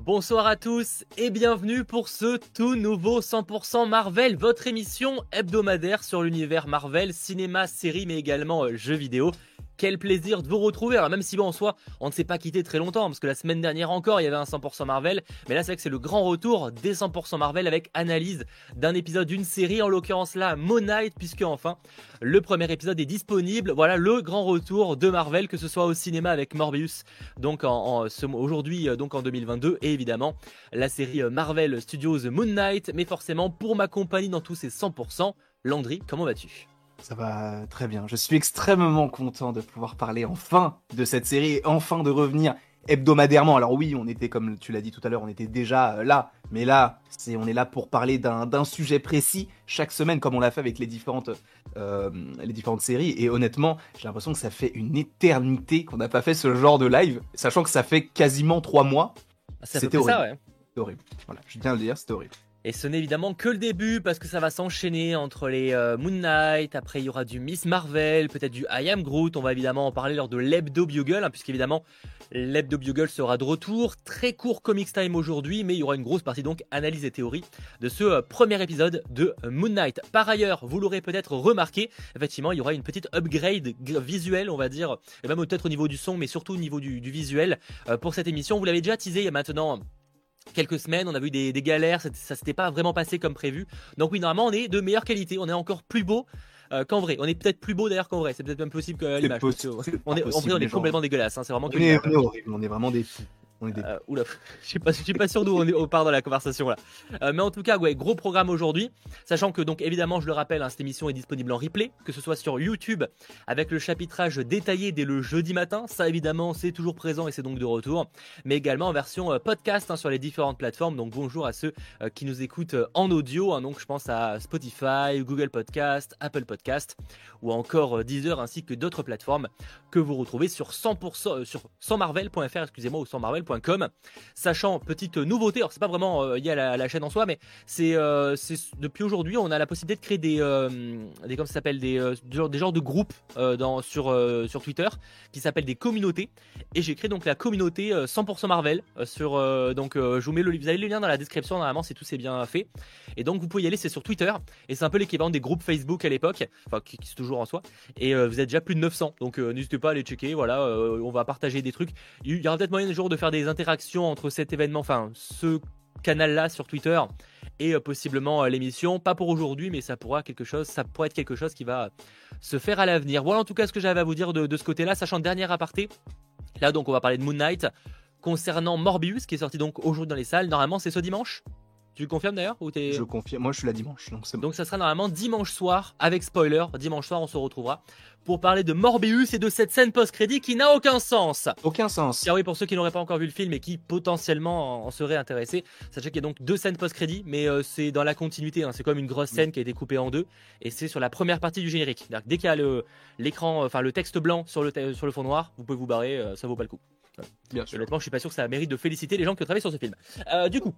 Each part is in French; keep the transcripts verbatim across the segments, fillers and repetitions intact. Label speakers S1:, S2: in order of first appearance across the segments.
S1: Bonsoir à tous et bienvenue pour ce tout nouveau cent pour cent Marvel, votre émission hebdomadaire sur l'univers Marvel, cinéma, séries mais également euh, jeux vidéo. Quel plaisir de vous retrouver, alors même si bon en soi on ne s'est pas quitté très longtemps parce que la semaine dernière encore il y avait un cent pour cent Marvel, mais là c'est vrai que c'est le grand retour des cent pour cent Marvel avec analyse d'un épisode d'une série, en l'occurrence là Moon Knight, puisque enfin le premier épisode est disponible. Voilà le grand retour de Marvel, que ce soit au cinéma avec Morbius donc en, en ce, aujourd'hui donc en deux mille vingt-deux, et évidemment la série Marvel Studios Moon Knight. Mais forcément pour m'accompagner dans tous ces cent pour cent, Landry, comment vas-tu ?
S2: Ça va très bien, je suis extrêmement content de pouvoir parler enfin de cette série et enfin de revenir hebdomadairement. Alors oui, on était, comme tu l'as dit tout à l'heure, on était déjà là, mais là, c'est, on est là pour parler d'un, d'un sujet précis chaque semaine, comme on l'a fait avec les différentes, euh, les différentes séries. Et honnêtement, j'ai l'impression que ça fait une éternité qu'on n'a pas fait ce genre de live, sachant que ça fait quasiment trois mois.
S1: C'est
S2: C'était
S1: horrible.
S2: Ça,
S1: ouais.
S2: C'était horrible. Voilà, je tiens à le dire, c'était horrible.
S1: Et ce n'est évidemment que le début, parce que ça va s'enchaîner entre les euh, Moon Knight, après il y aura du Miss Marvel, peut-être du I Am Groot. On va évidemment en parler lors de l'Hebdo Bugle, hein, puisqu'évidemment l'Hebdo Bugle sera de retour. Très court Comics Time aujourd'hui, mais il y aura une grosse partie donc analyse et théorie de ce euh, premier épisode de Moon Knight. Par ailleurs, vous l'aurez peut-être remarqué, effectivement il y aura une petite upgrade visuelle, on va dire, et même peut-être au niveau du son, mais surtout au niveau du, du visuel euh, pour cette émission. Vous l'avez déjà teasé il y a maintenant quelques semaines, on a vu des, des galères, ça, ça s'était pas vraiment passé comme prévu. Donc oui, normalement on est de meilleure qualité, on est encore plus beau euh, qu'en vrai. On est peut-être plus beau d'ailleurs qu'en vrai, c'est peut-être même possible que l'image.
S2: Possi-
S1: on est, en vrai, on est complètement dégueulasse, hein, c'est vraiment
S2: on, est, on est horrible, on est vraiment des fous. On est des...
S1: Euh, oula, je suis pas, je suis pas sûr d'où on, est, on part dans la conversation là. Euh, mais en tout cas, ouais, gros programme aujourd'hui. Sachant que donc évidemment, je le rappelle, hein, cette émission est disponible en replay, que ce soit sur YouTube avec le chapitrage détaillé dès le jeudi matin. Ça évidemment, c'est toujours présent et c'est donc de retour. Mais également en version euh, podcast hein, sur les différentes plateformes. Donc bonjour à ceux euh, qui nous écoutent euh, en audio. Hein, donc je pense à Spotify, Google Podcast, Apple Podcast ou encore euh, Deezer ainsi que d'autres plateformes que vous retrouvez sur cent pour cent euh, sur cent marvel point f r, excusez-moi, ou cent marvel point com. Sachant, petite nouveauté, alors c'est pas vraiment euh, lié à la, à la chaîne en soi, mais c'est, euh, c'est depuis aujourd'hui on a la possibilité de créer des, euh, des comment ça s'appelle, des, euh, des genres de groupes euh, dans, sur, euh, sur Twitter qui s'appellent des communautés, et j'ai créé donc la communauté euh, cent pour cent Marvel euh, sur euh, donc euh, je vous mets le, vous avez le lien dans la description normalement si tout c'est bien fait, et donc vous pouvez y aller, c'est sur Twitter et c'est un peu l'équivalent des groupes Facebook à l'époque, enfin qui, qui sont toujours en soi, et euh, vous êtes déjà plus de neuf cents, donc euh, n'hésitez pas à aller checker, voilà, euh, on va partager des trucs, il y aura peut-être moyen un jour de faire des interactions entre cet événement, enfin ce canal là sur Twitter et euh, possiblement euh, l'émission, pas pour aujourd'hui mais ça pourra quelque chose, ça pourrait être quelque chose qui va se faire à l'avenir. Voilà en tout cas ce que j'avais à vous dire de, de ce côté là, sachant dernier aparté, là donc on va parler de Moon Knight concernant Morbius qui est sorti donc aujourd'hui dans les salles. Normalement c'est ce dimanche. Tu confirmes d'ailleurs ou t'es...
S2: Je confirme, moi je suis là dimanche, donc c'est bon.
S1: Donc ça sera normalement dimanche soir, avec spoiler, dimanche soir on se retrouvera pour parler de Morbius et de cette scène post-crédit qui n'a aucun sens.
S2: Aucun sens.
S1: Car oui, pour ceux qui n'auraient pas encore vu le film et qui potentiellement en seraient intéressés, sachez qu'il y a donc deux scènes post-crédit, mais euh, c'est dans la continuité, hein. C'est comme une grosse scène qui a été coupée en deux, et c'est sur la première partie du générique. C'est-à-dire que dès qu'il y a le, l'écran, enfin le texte blanc sur le, te- sur le fond noir, vous pouvez vous barrer, euh, ça vaut pas le coup. Voilà.
S2: Bien sûr.
S1: Honnêtement, je suis pas sûr que ça mérite de féliciter les gens qui ont travaillé sur ce film. Euh, du coup...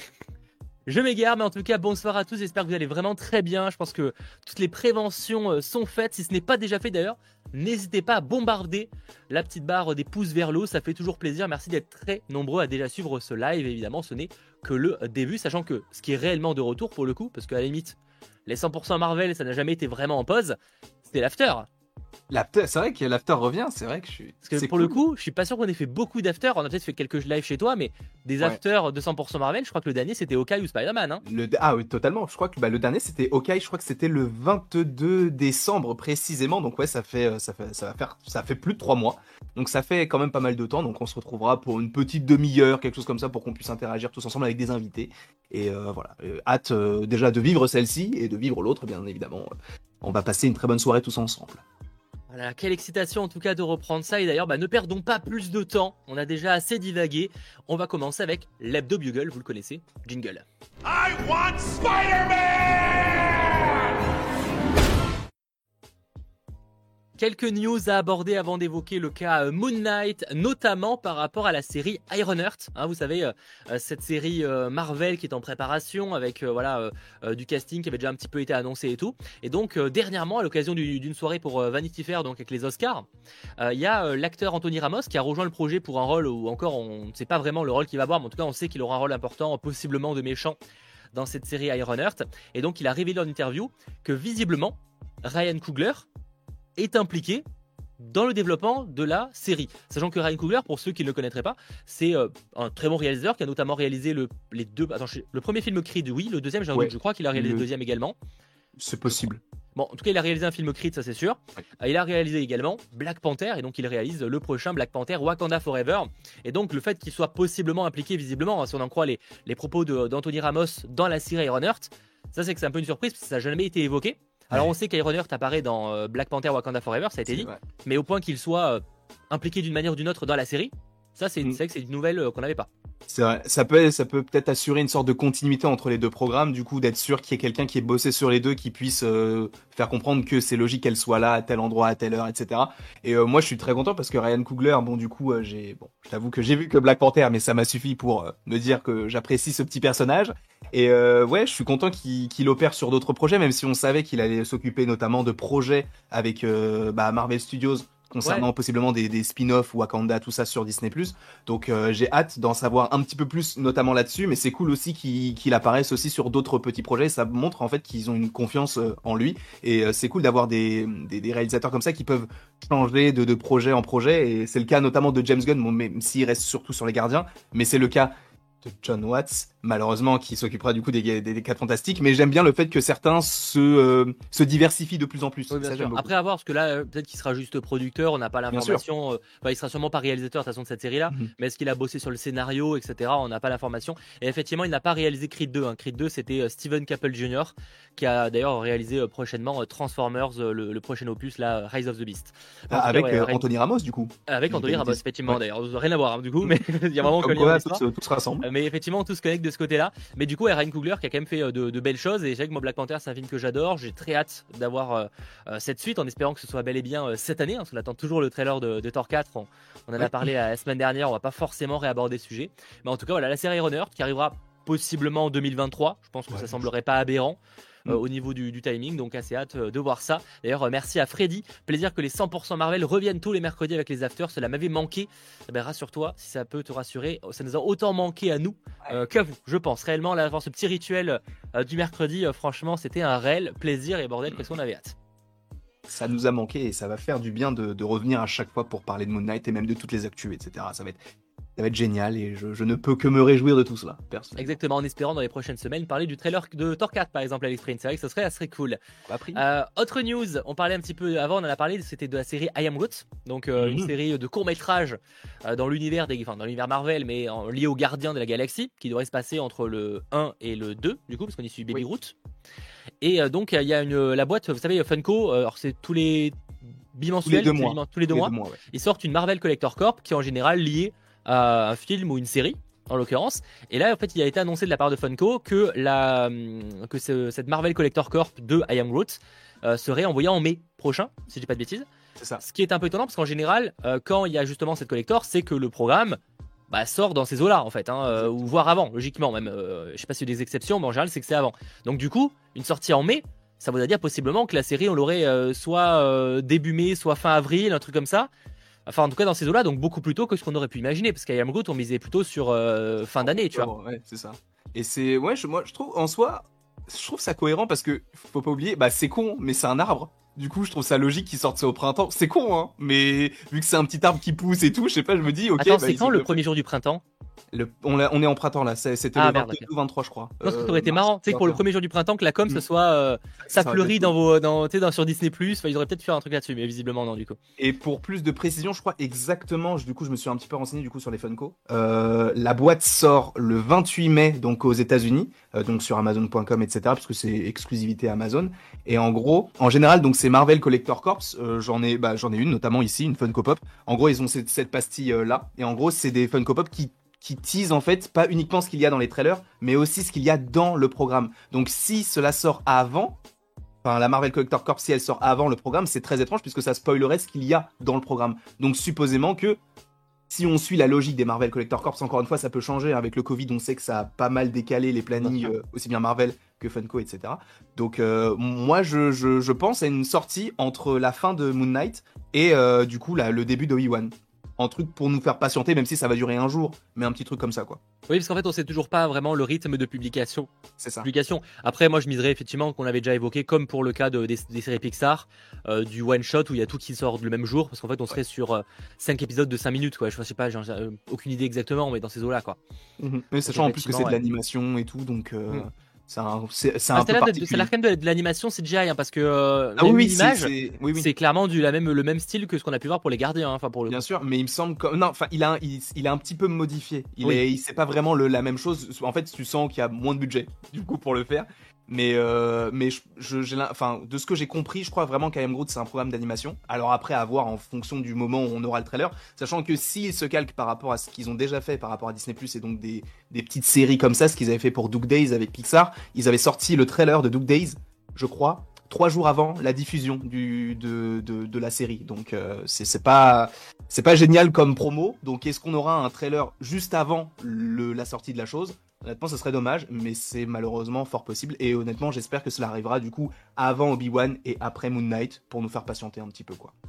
S1: Je m'égare, mais en tout cas, bonsoir à tous, j'espère que vous allez vraiment très bien. Je pense que toutes les préventions sont faites, si ce n'est pas déjà fait d'ailleurs. N'hésitez pas à bombarder la petite barre des pouces vers le haut, ça fait toujours plaisir. Merci d'être très nombreux à déjà suivre ce live, évidemment, ce n'est que le début, sachant que ce qui est réellement de retour pour le coup, parce qu'à la limite, les cent pour cent Marvel, ça n'a jamais été vraiment en pause, c'était l'after.
S2: L'after, c'est vrai que l'after revient, c'est vrai que je suis...
S1: Parce que
S2: c'est
S1: pour
S2: cool.
S1: le coup, je suis pas sûr qu'on ait fait beaucoup d'after. On a peut-être fait quelques lives chez toi, mais des
S2: Ouais.
S1: afters de cent pour cent Marvel, je crois que le dernier c'était Hawkeye ou Spider-Man. Hein.
S2: Le... Ah oui, totalement. Je crois que bah, le dernier c'était Hawkeye, je crois que c'était le vingt-deux décembre précisément. Donc ouais, ça fait, ça fait, ça va faire, ça fait plus de trois mois. Donc ça fait quand même pas mal de temps. Donc on se retrouvera pour une petite demi-heure, quelque chose comme ça, pour qu'on puisse interagir tous ensemble avec des invités. Et euh, voilà, euh, hâte euh, déjà de vivre celle-ci et de vivre l'autre, bien évidemment. On va passer une très bonne soirée tous ensemble.
S1: Voilà, quelle excitation en tout cas de reprendre ça. Et d'ailleurs, bah, ne perdons pas plus de temps. On a déjà assez divagué. On va commencer avec l'Hebdo Bugle, vous le connaissez. Jingle.
S3: I want Spider-Man!
S1: Quelques news à aborder avant d'évoquer le cas euh, Moon Knight, notamment par rapport à la série Ironheart. Hein, vous savez, euh, cette série euh, Marvel qui est en préparation avec euh, voilà euh, euh, du casting qui avait déjà un petit peu été annoncé et tout. Et donc euh, dernièrement, à l'occasion du, d'une soirée pour euh, Vanity Fair, donc avec les Oscars, il euh, y a euh, l'acteur Anthony Ramos qui a rejoint le projet pour un rôle où encore on ne sait pas vraiment le rôle qu'il va avoir, mais en tout cas on sait qu'il aura un rôle important, possiblement de méchant dans cette série Ironheart. Et donc il a révélé en interview que visiblement Ryan Coogler est impliqué dans le développement de la série. Sachant que Ryan Coogler, pour ceux qui ne le connaîtraient pas, c'est euh, un très bon réalisateur qui a notamment réalisé le, les deux, attends, le premier film Creed, oui, le deuxième, j'ai un doute,
S2: Ouais.
S1: je crois qu'il a réalisé le... le deuxième également.
S2: C'est possible.
S1: Bon, en tout cas, il a réalisé un film Creed, ça c'est sûr. Ouais. Il a réalisé également Black Panther, et donc il réalise le prochain Black Panther Wakanda Forever. Et donc le fait qu'il soit possiblement impliqué, visiblement, hein, si on en croit les, les propos de, d'Anthony Ramos dans la série Ironheart, ça c'est que c'est un peu une surprise, parce que ça n'a jamais été évoqué. Alors ouais. On sait qu'Ironheart apparaît dans euh, Black Panther Wakanda Forever, ça a été dit, vrai. Mais au point qu'il soit euh, impliqué d'une manière ou d'une autre dans la série, ça c'est, mm. c'est vrai que c'est une nouvelle euh, qu'on n'avait pas.
S2: C'est vrai. Ça peut, ça peut peut-être assurer une sorte de continuité entre les deux programmes, du coup d'être sûr qu'il y ait quelqu'un qui ait bossé sur les deux, qui puisse euh, faire comprendre que c'est logique qu'elle soit là à tel endroit, à telle heure, et cetera. Et euh, moi je suis très content parce que Ryan Coogler, bon du coup euh, j'ai, bon, je t'avoue que j'ai vu que Black Panther, mais ça m'a suffi pour euh, me dire que j'apprécie ce petit personnage. Et euh, ouais, je suis content qu'il, qu'il opère sur d'autres projets, même si on savait qu'il allait s'occuper notamment de projets avec euh, bah, Marvel Studios, concernant ouais. possiblement des, des spin-offs, Wakanda, tout ça sur Disney plus. Donc euh, j'ai hâte d'en savoir un petit peu plus, notamment là-dessus, mais c'est cool aussi qu'il, qu'il apparaisse aussi sur d'autres petits projets. Ça montre en fait qu'ils ont une confiance euh, en lui, et euh, c'est cool d'avoir des, des, des réalisateurs comme ça qui peuvent changer de, de projet en projet, et c'est le cas notamment de James Gunn, bon, même s'il reste surtout sur les Gardiens, mais c'est le cas de John Watts, malheureusement, qui s'occupera du coup des, des, des quatre fantastiques, mais j'aime bien le fait que certains se, euh, se diversifient de plus en plus.
S1: Oui, ça, j'aime Après avoir, parce que là, peut-être qu'il sera juste producteur, on n'a pas l'information, euh, enfin, il sera sûrement pas réalisateur de toute façon de cette série-là, mm-hmm. mais est-ce qu'il a bossé sur le scénario, et cetera. On n'a pas l'information. Et effectivement, il n'a pas réalisé Creed deux. Hein. Creed deux, c'était euh, Steven Caple junior, qui a d'ailleurs réalisé euh, prochainement euh, Transformers, euh, le, le prochain opus, là, Rise of the Beast.
S2: Ah, avec cas, ouais, euh, Ray... Anthony Ramos, du coup.
S1: Avec Anthony Ramos, effectivement, ouais. D'ailleurs. Rien à voir, hein, du coup, mais il y a vraiment que lien.
S2: Tout, tout se rassemble.
S1: Mais effectivement, tout se connecte de ce côté-là. Mais du coup, Ryan Coogler qui a quand même fait de, de belles choses, et je sais que moi Black Panther c'est un film que j'adore, j'ai très hâte d'avoir euh, euh, cette suite en espérant que ce soit bel et bien euh, cette année, hein, parce qu'on attend toujours le trailer de, de Thor quatre, on, on en a parlé la, la semaine dernière, on va pas forcément réaborder le sujet, mais en tout cas voilà, la série Ironheart qui arrivera possiblement en deux mille vingt-trois, je pense que ouais. ça semblerait pas aberrant. Euh, au niveau du, du timing, donc assez hâte euh, de voir ça. D'ailleurs, euh, merci à Freddy, plaisir que les cent pour cent Marvel reviennent tous les mercredis avec les afters, cela m'avait manqué. Eh ben, rassure-toi, si ça peut te rassurer, ça nous a autant manqué à nous euh, qu'à vous, je pense. Réellement, là, avoir ce petit rituel euh, du mercredi, euh, franchement, c'était un réel plaisir, et bordel, qu'est-ce qu'on avait hâte.
S2: Ça nous a manqué, et ça va faire du bien de, de revenir à chaque fois pour parler de Moon Knight et même de toutes les actus, et cetera. Ça va être... Ça va être génial, et je, je ne peux que me réjouir de tout cela, personnellement.
S1: Exactement, en espérant dans les prochaines semaines parler du trailer de Thor quatre par exemple, Alex Prince. C'est vrai que ce serait, ça serait cool. Euh, autre news, on parlait un petit peu avant, on en a parlé, c'était de la série I Am Groot, donc euh, mmh. une série de courts métrages euh, dans l'univers des, enfin dans l'univers Marvel, mais en, lié aux Gardiens de la Galaxie, qui devrait se passer entre le un et le deux, du coup, parce qu'on y suit Baby oui. Groot. Et euh, donc il y a une, la boîte, vous savez, Funko, euh, alors c'est tous les bimensuels,
S2: tous les deux mois,
S1: tous les deux mois,
S2: deux mois ouais.
S1: Ils sortent une Marvel Collector Corp qui est en général liée à un film ou une série en l'occurrence, et là en fait il a été annoncé de la part de Funko que, la, que ce, cette Marvel Collector Corp de I Am Groot euh, serait envoyée en mai prochain, si je dis pas de bêtises.
S2: C'est ça.
S1: Ce qui est un peu étonnant parce qu'en général euh, quand il y a justement cette collector, c'est que le programme bah, sort dans ces eaux-là en fait, hein, euh, ou voire avant, logiquement même. Euh, je sais pas s'il y a des exceptions, mais en général c'est que c'est avant. Donc du coup, une sortie en mai, ça voudrait dire possiblement que la série on l'aurait euh, soit euh, début mai, soit fin avril, un truc comme ça. Enfin, en tout cas, dans ces eaux-là, donc beaucoup plus tôt que ce qu'on aurait pu imaginer, parce qu'à I Am Groot, on misait plutôt sur euh, fin d'année, tu vois.
S2: Ouais, c'est ça. Et c'est, ouais, je, moi, je trouve, en soi, je trouve ça cohérent parce que faut pas oublier, bah, c'est con, mais c'est un arbre. Du coup, je trouve ça logique qu'ils sortent ça au printemps. C'est con, hein, mais vu que c'est un petit arbre qui pousse et tout, je sais pas, je me dis, ok.
S1: Attends,
S2: bah,
S1: c'est quand le premier jour du printemps?
S2: Le, on, on est en printemps là, c'était
S1: ah,
S2: le
S1: merde,
S2: vingt-deux ou vingt-trois je crois.
S1: Non, euh, ça aurait été marrant, tu sais, pour le premier jour du printemps, que la com, ce soit euh, ça, ça fleurit dans vos, dans, dans, sur Disney plus, enfin, ils auraient peut-être fait un truc là-dessus, mais visiblement non, du coup.
S2: Et pour plus de précision, je crois exactement, du coup, je me suis un petit peu renseigné du coup sur les Funko. Euh, la boîte sort le vingt-huit mai, donc aux États-Unis, euh, donc sur Amazon point com, et cetera, parce que c'est exclusivité Amazon. Et en gros, en général, donc c'est Marvel Collector Corps. Euh, j'en ai, bah, j'en ai une, notamment ici, une Funko Pop. En gros, ils ont cette, cette pastille euh, là, et en gros, c'est des Funko Pop qui qui tease en fait pas uniquement ce qu'il y a dans les trailers, mais aussi ce qu'il y a dans le programme. Donc si cela sort avant, enfin la Marvel Collector Corps, si elle sort avant le programme, c'est très étrange puisque ça spoilerait ce qu'il y a dans le programme. Donc supposément que si on suit la logique des Marvel Collector Corps, encore une fois, ça peut changer. Avec le Covid, on sait que ça a pas mal décalé les plannings, euh, aussi bien Marvel que Funko, et cetera. Donc, euh, moi, je, je, je pense à une sortie entre la fin de Moon Knight et euh, du coup la, le début de Obi-Wan. Un truc pour nous faire patienter, même si ça va durer un jour, mais un petit truc comme ça, quoi.
S1: Oui, parce qu'en fait, on sait toujours pas vraiment le rythme de publication.
S2: C'est ça.
S1: Publication. Après, moi, je miserais effectivement, qu'on avait déjà évoqué, comme pour le cas de, des, des séries Pixar, euh, du one shot où il y a tout qui sort le même jour, parce qu'en fait, on serait ouais. sur euh, cinq épisodes de cinq minutes, quoi. Je sais pas, j'ai euh, aucune idée exactement, mais dans ces eaux-là, quoi.
S2: Mm-hmm. Mais sachant en plus que c'est
S1: ouais.
S2: de l'animation et tout, donc. Euh... Mm. C'est un, c'est, c'est
S1: ah,
S2: un peu particulier.
S1: Ça a l'air quand même de, de l'animation C G I, hein, parce que euh,
S2: ah, oui,
S1: l'image,
S2: c'est, c'est... Oui, oui.
S1: c'est clairement du, la même, le même style que ce qu'on a pu voir pour les Gardiens. Enfin, pour le
S2: Bien
S1: coup.
S2: sûr, mais il me semble que non, enfin, il a, il, il a un petit peu modifié. Il
S1: oui.
S2: est, il c'est pas vraiment le, la même chose. En fait, tu sens qu'il y a moins de budget du coup pour le faire. Mais, euh, mais je, je, j'ai, enfin, de ce que j'ai compris, je crois vraiment qu'I Am Groot c'est un programme d'animation. Alors après, à voir en fonction du moment où on aura le trailer, sachant que s'ils se calquent par rapport à ce qu'ils ont déjà fait par rapport à Disney Plus et donc des, des petites séries comme ça, ce qu'ils avaient fait pour Doug Days avec Pixar, ils avaient sorti le trailer de Doug Days, je crois, trois jours avant la diffusion du, de, de, de la série. Donc euh, c'est, c'est pas c'est pas génial comme promo. Donc est-ce qu'on aura un trailer juste avant le, la sortie de la chose ? Honnêtement, ce serait dommage, mais c'est malheureusement fort possible. Et honnêtement, j'espère que cela arrivera du coup avant Obi-Wan et après Moon Knight pour nous faire patienter un petit peu, quoi.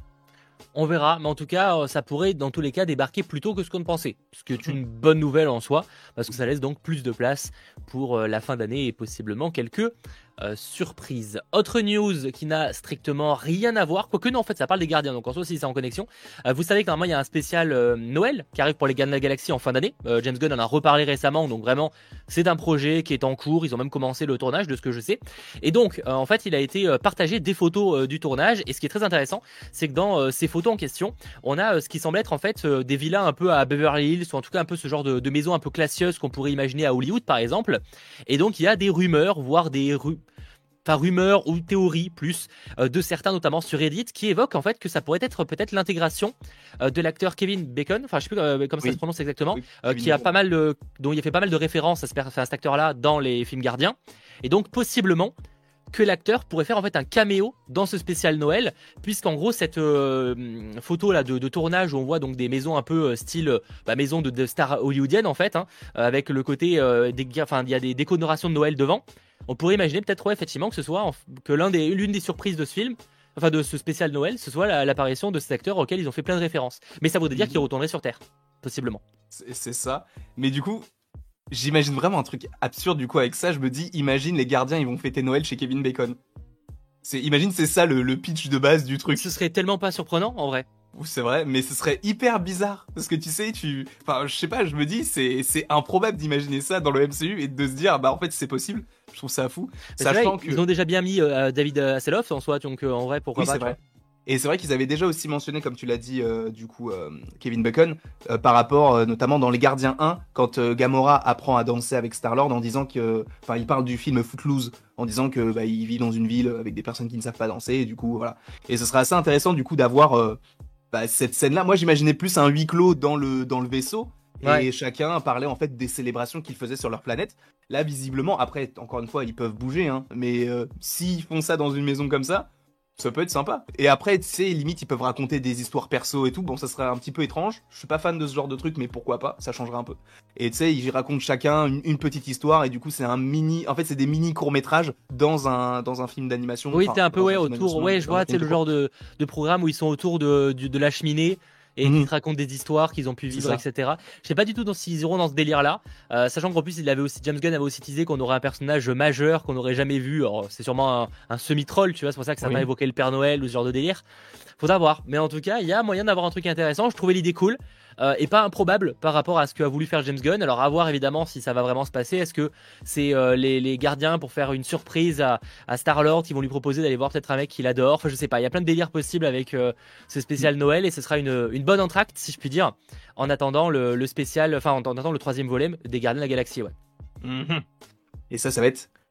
S1: On verra, mais en tout cas, ça pourrait dans tous les cas débarquer plus tôt que ce qu'on pensait. Ce qui est une bonne nouvelle en soi, parce que ça laisse donc plus de place pour la fin d'année et possiblement quelques euh, surprises. Autre news qui n'a strictement rien à voir, quoique non, en fait, ça parle des Gardiens, donc en soi, si c'est en connexion. Euh, vous savez que normalement, il y a un spécial euh, Noël qui arrive pour les Gardiens de la Galaxie en fin d'année. Euh, James Gunn en a reparlé récemment, donc vraiment, c'est un projet qui est en cours. Ils ont même commencé le tournage, de ce que je sais. Et donc, euh, en fait, il a été euh, partagé des photos euh, du tournage. Et ce qui est très intéressant, c'est que dans euh, ces photos en question, on a euh, ce qui semble être en fait euh, des villas un peu à Beverly Hills, ou en tout cas un peu ce genre de, de maisons un peu classieuses qu'on pourrait imaginer à Hollywood, par exemple. Et donc, il y a des rumeurs, voire des rues. Enfin, rumeurs ou théories plus euh, de certains, notamment sur Reddit, qui évoquent en fait que ça pourrait être peut-être l'intégration euh, de l'acteur Kevin Bacon, enfin je sais plus euh, comment oui. ça se prononce exactement, oui, euh, qui a pas mal de, dont il a fait pas mal de références à, ce, à cet acteur-là dans les films Gardiens, et donc possiblement que l'acteur pourrait faire en fait un caméo dans ce spécial Noël, puisqu'en gros cette euh, photo là de, de tournage où on voit donc des maisons un peu euh, style bah, maison de, de stars hollywoodiennes en fait, hein, avec le côté euh, des, enfin il y a des décorations de Noël devant. On pourrait imaginer peut-être ouais, effectivement que ce soit que l'un des, l'une des surprises de ce film, enfin de ce spécial Noël, ce soit la, l'apparition de cet acteur auquel ils ont fait plein de références. Mais ça voudrait dire qu'il retournerait sur Terre, possiblement.
S2: C'est, c'est ça. Mais du coup, j'imagine vraiment un truc absurde du coup avec ça. Je me dis, imagine les Gardiens, ils vont fêter Noël chez Kevin Bacon. C'est, imagine, c'est ça le, le pitch de base du truc.
S1: Ce serait tellement pas surprenant en vrai.
S2: C'est vrai, mais ce serait hyper bizarre. Parce que tu sais, tu. Enfin, je sais pas, je me dis, c'est, c'est improbable d'imaginer ça dans le M C U et de se dire, bah en fait, c'est possible. Je trouve ça fou.
S1: Sachant que... Ils ont déjà bien mis euh, David Hasselhoff en soi, donc euh, en vrai, pourquoi
S2: oui,
S1: pas.
S2: C'est vrai. Et c'est vrai qu'ils avaient déjà aussi mentionné, comme tu l'as dit, euh, du coup, euh, Kevin Bacon, euh, par rapport, euh, notamment dans Les Gardiens un, quand euh, Gamora apprend à danser avec Star-Lord en disant que. Enfin, il parle du film Footloose, en disant que bah, il vit dans une ville avec des personnes qui ne savent pas danser, et du coup, voilà. Et ce serait assez intéressant, du coup, d'avoir. Euh, Bah, cette scène-là, moi j'imaginais plus un huis clos dans le, dans le vaisseau et ouais. chacun parlait en fait des célébrations qu'ils faisaient sur leur planète. Là, visiblement, après, encore une fois, ils peuvent bouger, hein, mais euh, s'ils font ça dans une maison comme ça, ça peut être sympa. Et après, tu sais, limite, ils peuvent raconter des histoires perso et tout. Bon, ça serait un petit peu étrange. Je suis pas fan de ce genre de truc, mais pourquoi pas, ça changerait un peu. Et tu sais, ils racontent chacun une, une petite histoire et du coup, c'est un mini. En fait, c'est des mini courts-métrages dans un, dans un film d'animation.
S1: Oui,
S2: enfin,
S1: t'es un peu, ouais, autour. Ouais, je vois, c'est le
S2: court.
S1: genre de, de programme où ils sont autour de, de, de la cheminée. Et mmh. qui te racontent des histoires qu'ils ont pu vivre, et cetera. Je sais pas du tout s'ils iront dans ce délire-là, euh, sachant qu'en plus il avait aussi James Gunn avait aussi teasé qu'on aurait un personnage majeur qu'on n'aurait jamais vu. Alors c'est sûrement un, un semi-troll, tu vois, c'est pour ça que ça oui. m'a évoqué le Père Noël ou ce genre de délire. Faudra voir, mais en tout cas il y a moyen d'avoir un truc intéressant. Je trouvais l'idée cool. Euh, et pas improbable par rapport à ce qu'a voulu faire James Gunn. Alors à voir évidemment si ça va vraiment se passer. Est-ce que c'est euh, les, les gardiens pour faire une surprise à, à Star-Lord qui vont lui proposer d'aller voir peut-être un mec qu'il adore. Enfin je sais pas, il y a plein de délires possibles avec euh, ce spécial Noël et ce sera une, une bonne entracte si je puis dire en attendant le, le spécial, enfin en attendant le troisième volet des Gardiens de la Galaxie. Ouais.
S2: Mmh. Et ça, ça va être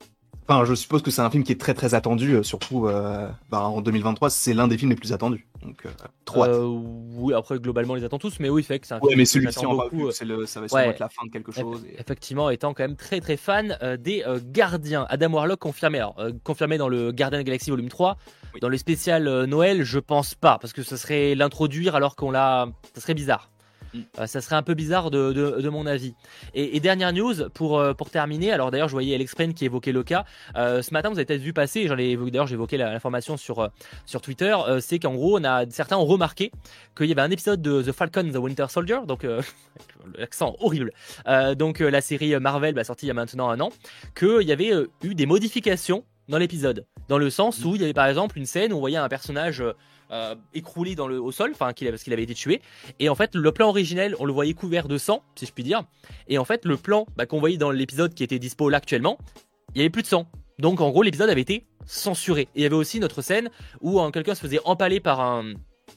S2: Enfin, je suppose que c'est un film qui est très très attendu, euh, surtout euh, bah, en deux mille vingt-trois, c'est l'un des films les plus attendus. Donc, euh, trop hâte.
S1: Euh, oui, après globalement on les attend tous, mais oui, fait que c'est un
S2: Ouais,
S1: film
S2: mais
S1: que
S2: celui-ci
S1: j'attends
S2: en parle
S1: beaucoup.
S2: plus,
S1: euh,
S2: c'est le, ça va sûrement
S1: Ouais,
S2: être la fin de quelque
S1: eff-
S2: chose. Et...
S1: effectivement, étant quand même très très fan euh, des euh, Gardiens. Adam Warlock confirmé. Alors, euh, confirmé dans le Gardien de la Galaxie volume trois.
S2: Oui.
S1: Dans le spécial euh, Noël, je pense pas, parce que ce serait l'introduire alors qu'on l'a. Ça serait bizarre.
S2: Mm.
S1: Euh, ça serait un peu bizarre de, de, de mon avis. Et, et dernière news pour, euh, pour terminer. Alors d'ailleurs, je voyais Alex Payne qui évoquait le cas. Euh, ce matin, vous avez peut-être vu passer, j'en ai évoqué- d'ailleurs, j'ai évoqué la- l'information sur, euh, sur Twitter. Euh, c'est qu'en gros, on a, certains ont remarqué qu'il y avait un épisode de The Falcon and the Winter Soldier, donc euh, l'accent horrible. Euh, donc euh, la série Marvel bah, sortie il y a maintenant un an, qu'il y avait euh, eu des modifications dans l'épisode, dans le sens où il y avait par exemple une scène où on voyait un personnage euh, écroulé dans le, au sol, enfin qu'il a- parce qu'il avait été tué, et en fait le plan originel on le voyait couvert de sang, si je puis dire, et en fait le plan bah, qu'on voyait dans l'épisode qui était dispo là actuellement, il y avait plus de sang. Donc en gros l'épisode avait été censuré. Et il y avait aussi notre scène où hein, quelqu'un se faisait empaler par un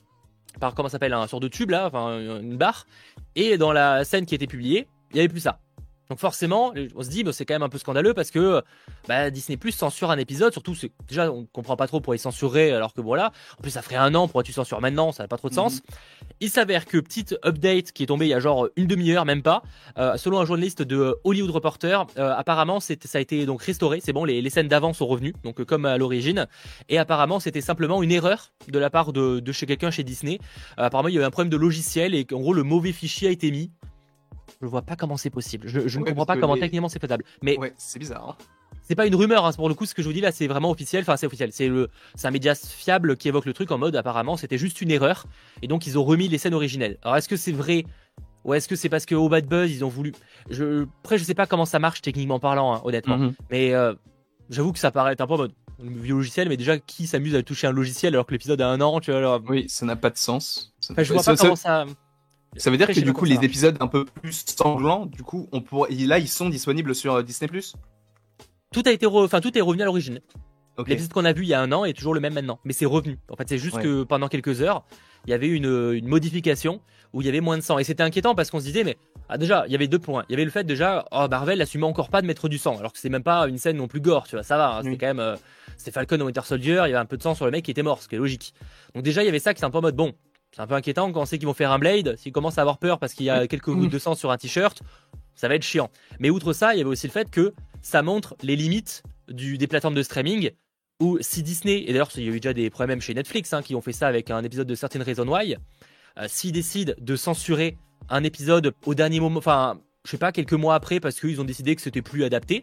S1: par comment ça s'appelle un sort de tube là, enfin une barre, et dans la scène qui était publiée, il y avait plus ça. Donc forcément, on se dit bah, c'est quand même un peu scandaleux parce que bah, Disney Plus censure un épisode, surtout c'est déjà on comprend pas trop pourquoi ils censuraient alors que voilà, en plus ça ferait un an, pourquoi tu censures maintenant, ça n'a pas trop de sens.
S2: Mhm.
S1: Il s'avère que petite update qui est tombée il y a genre une demi-heure même pas, euh, selon un journaliste de Hollywood Reporter, euh, apparemment c'est- ça a été donc restauré, c'est bon, les, les scènes d'avant sont revenues, donc euh, comme à l'origine, et apparemment c'était simplement une erreur de la part de, de chez quelqu'un chez Disney. Euh, apparemment il y a eu un problème de logiciel et qu'en gros le mauvais fichier a été mis. Je vois pas comment c'est possible. Je, je ne
S2: Ouais,
S1: comprends
S2: parce
S1: pas
S2: que
S1: comment
S2: les-
S1: techniquement c'est faisable. Mais
S2: Ouais, c'est bizarre. Hein.
S1: c'est pas une rumeur, hein. Pour le coup, ce que je vous dis là, c'est vraiment officiel. Enfin, c'est officiel. C'est le, c'est un média fiable qui évoque le truc en mode apparemment c'était juste une erreur et donc ils ont remis les scènes originelles. Alors est-ce que c'est vrai ou est-ce que c'est parce que au Bad Buzz ils ont voulu. Je, après, je sais pas comment ça marche techniquement parlant, hein, honnêtement.
S2: Mhm.
S1: Mais euh, j'avoue que ça paraît être un peu en mode vieux logiciel, mais déjà qui s'amuse à toucher un logiciel alors que l'épisode a un an, tu vois. Alors...
S2: Oui, ça n'a pas de sens. Ça,
S1: Enfin, je vois
S2: ça-
S1: pas
S2: ça-
S1: comment ça.
S2: ça veut dire
S1: Après,
S2: que
S1: je sais
S2: du
S1: pas
S2: coup,
S1: comment ça
S2: les
S1: marche.
S2: épisodes un peu plus sanglants, du coup, on pourrait... là, ils sont disponibles sur euh, Disney Plus.
S1: Tout a été, re- enfin tout est revenu à l'origine.
S2: Ok.
S1: L'épisode qu'on a vu il y a un an est toujours le même maintenant, mais c'est revenu. En fait, c'est juste
S2: Ouais.
S1: que pendant quelques heures, il y avait une, une modification où il y avait moins de sang. Et c'était inquiétant parce qu'on se disait, mais ah, déjà, il y avait deux points. Il y avait le fait déjà, oh, Marvel n'assumait encore pas de mettre du sang, alors que c'est même pas une scène non plus gore, tu vois, ça va. Hein, c'était
S2: Oui.
S1: quand même, euh, c'était Falcon au Winter Soldier, il y avait un peu de sang sur le mec qui était mort, ce qui est logique. Donc déjà, il y avait ça qui était un peu en mode bon. C'est un peu inquiétant quand on sait qu'ils vont faire un Blade, s'ils commencent à avoir peur parce qu'il y a quelques gouttes de sang sur un t-shirt, ça va être chiant. Mais outre ça, il y avait aussi le fait que ça montre les limites du, des plateformes de streaming où si Disney, et d'ailleurs il y a eu déjà des problèmes chez Netflix hein, qui ont fait ça avec un épisode de Certain Reason Why, euh, s'ils décident de censurer un épisode au dernier moment, enfin je sais pas, quelques mois après parce qu'ils ont décidé que c'était plus adapté,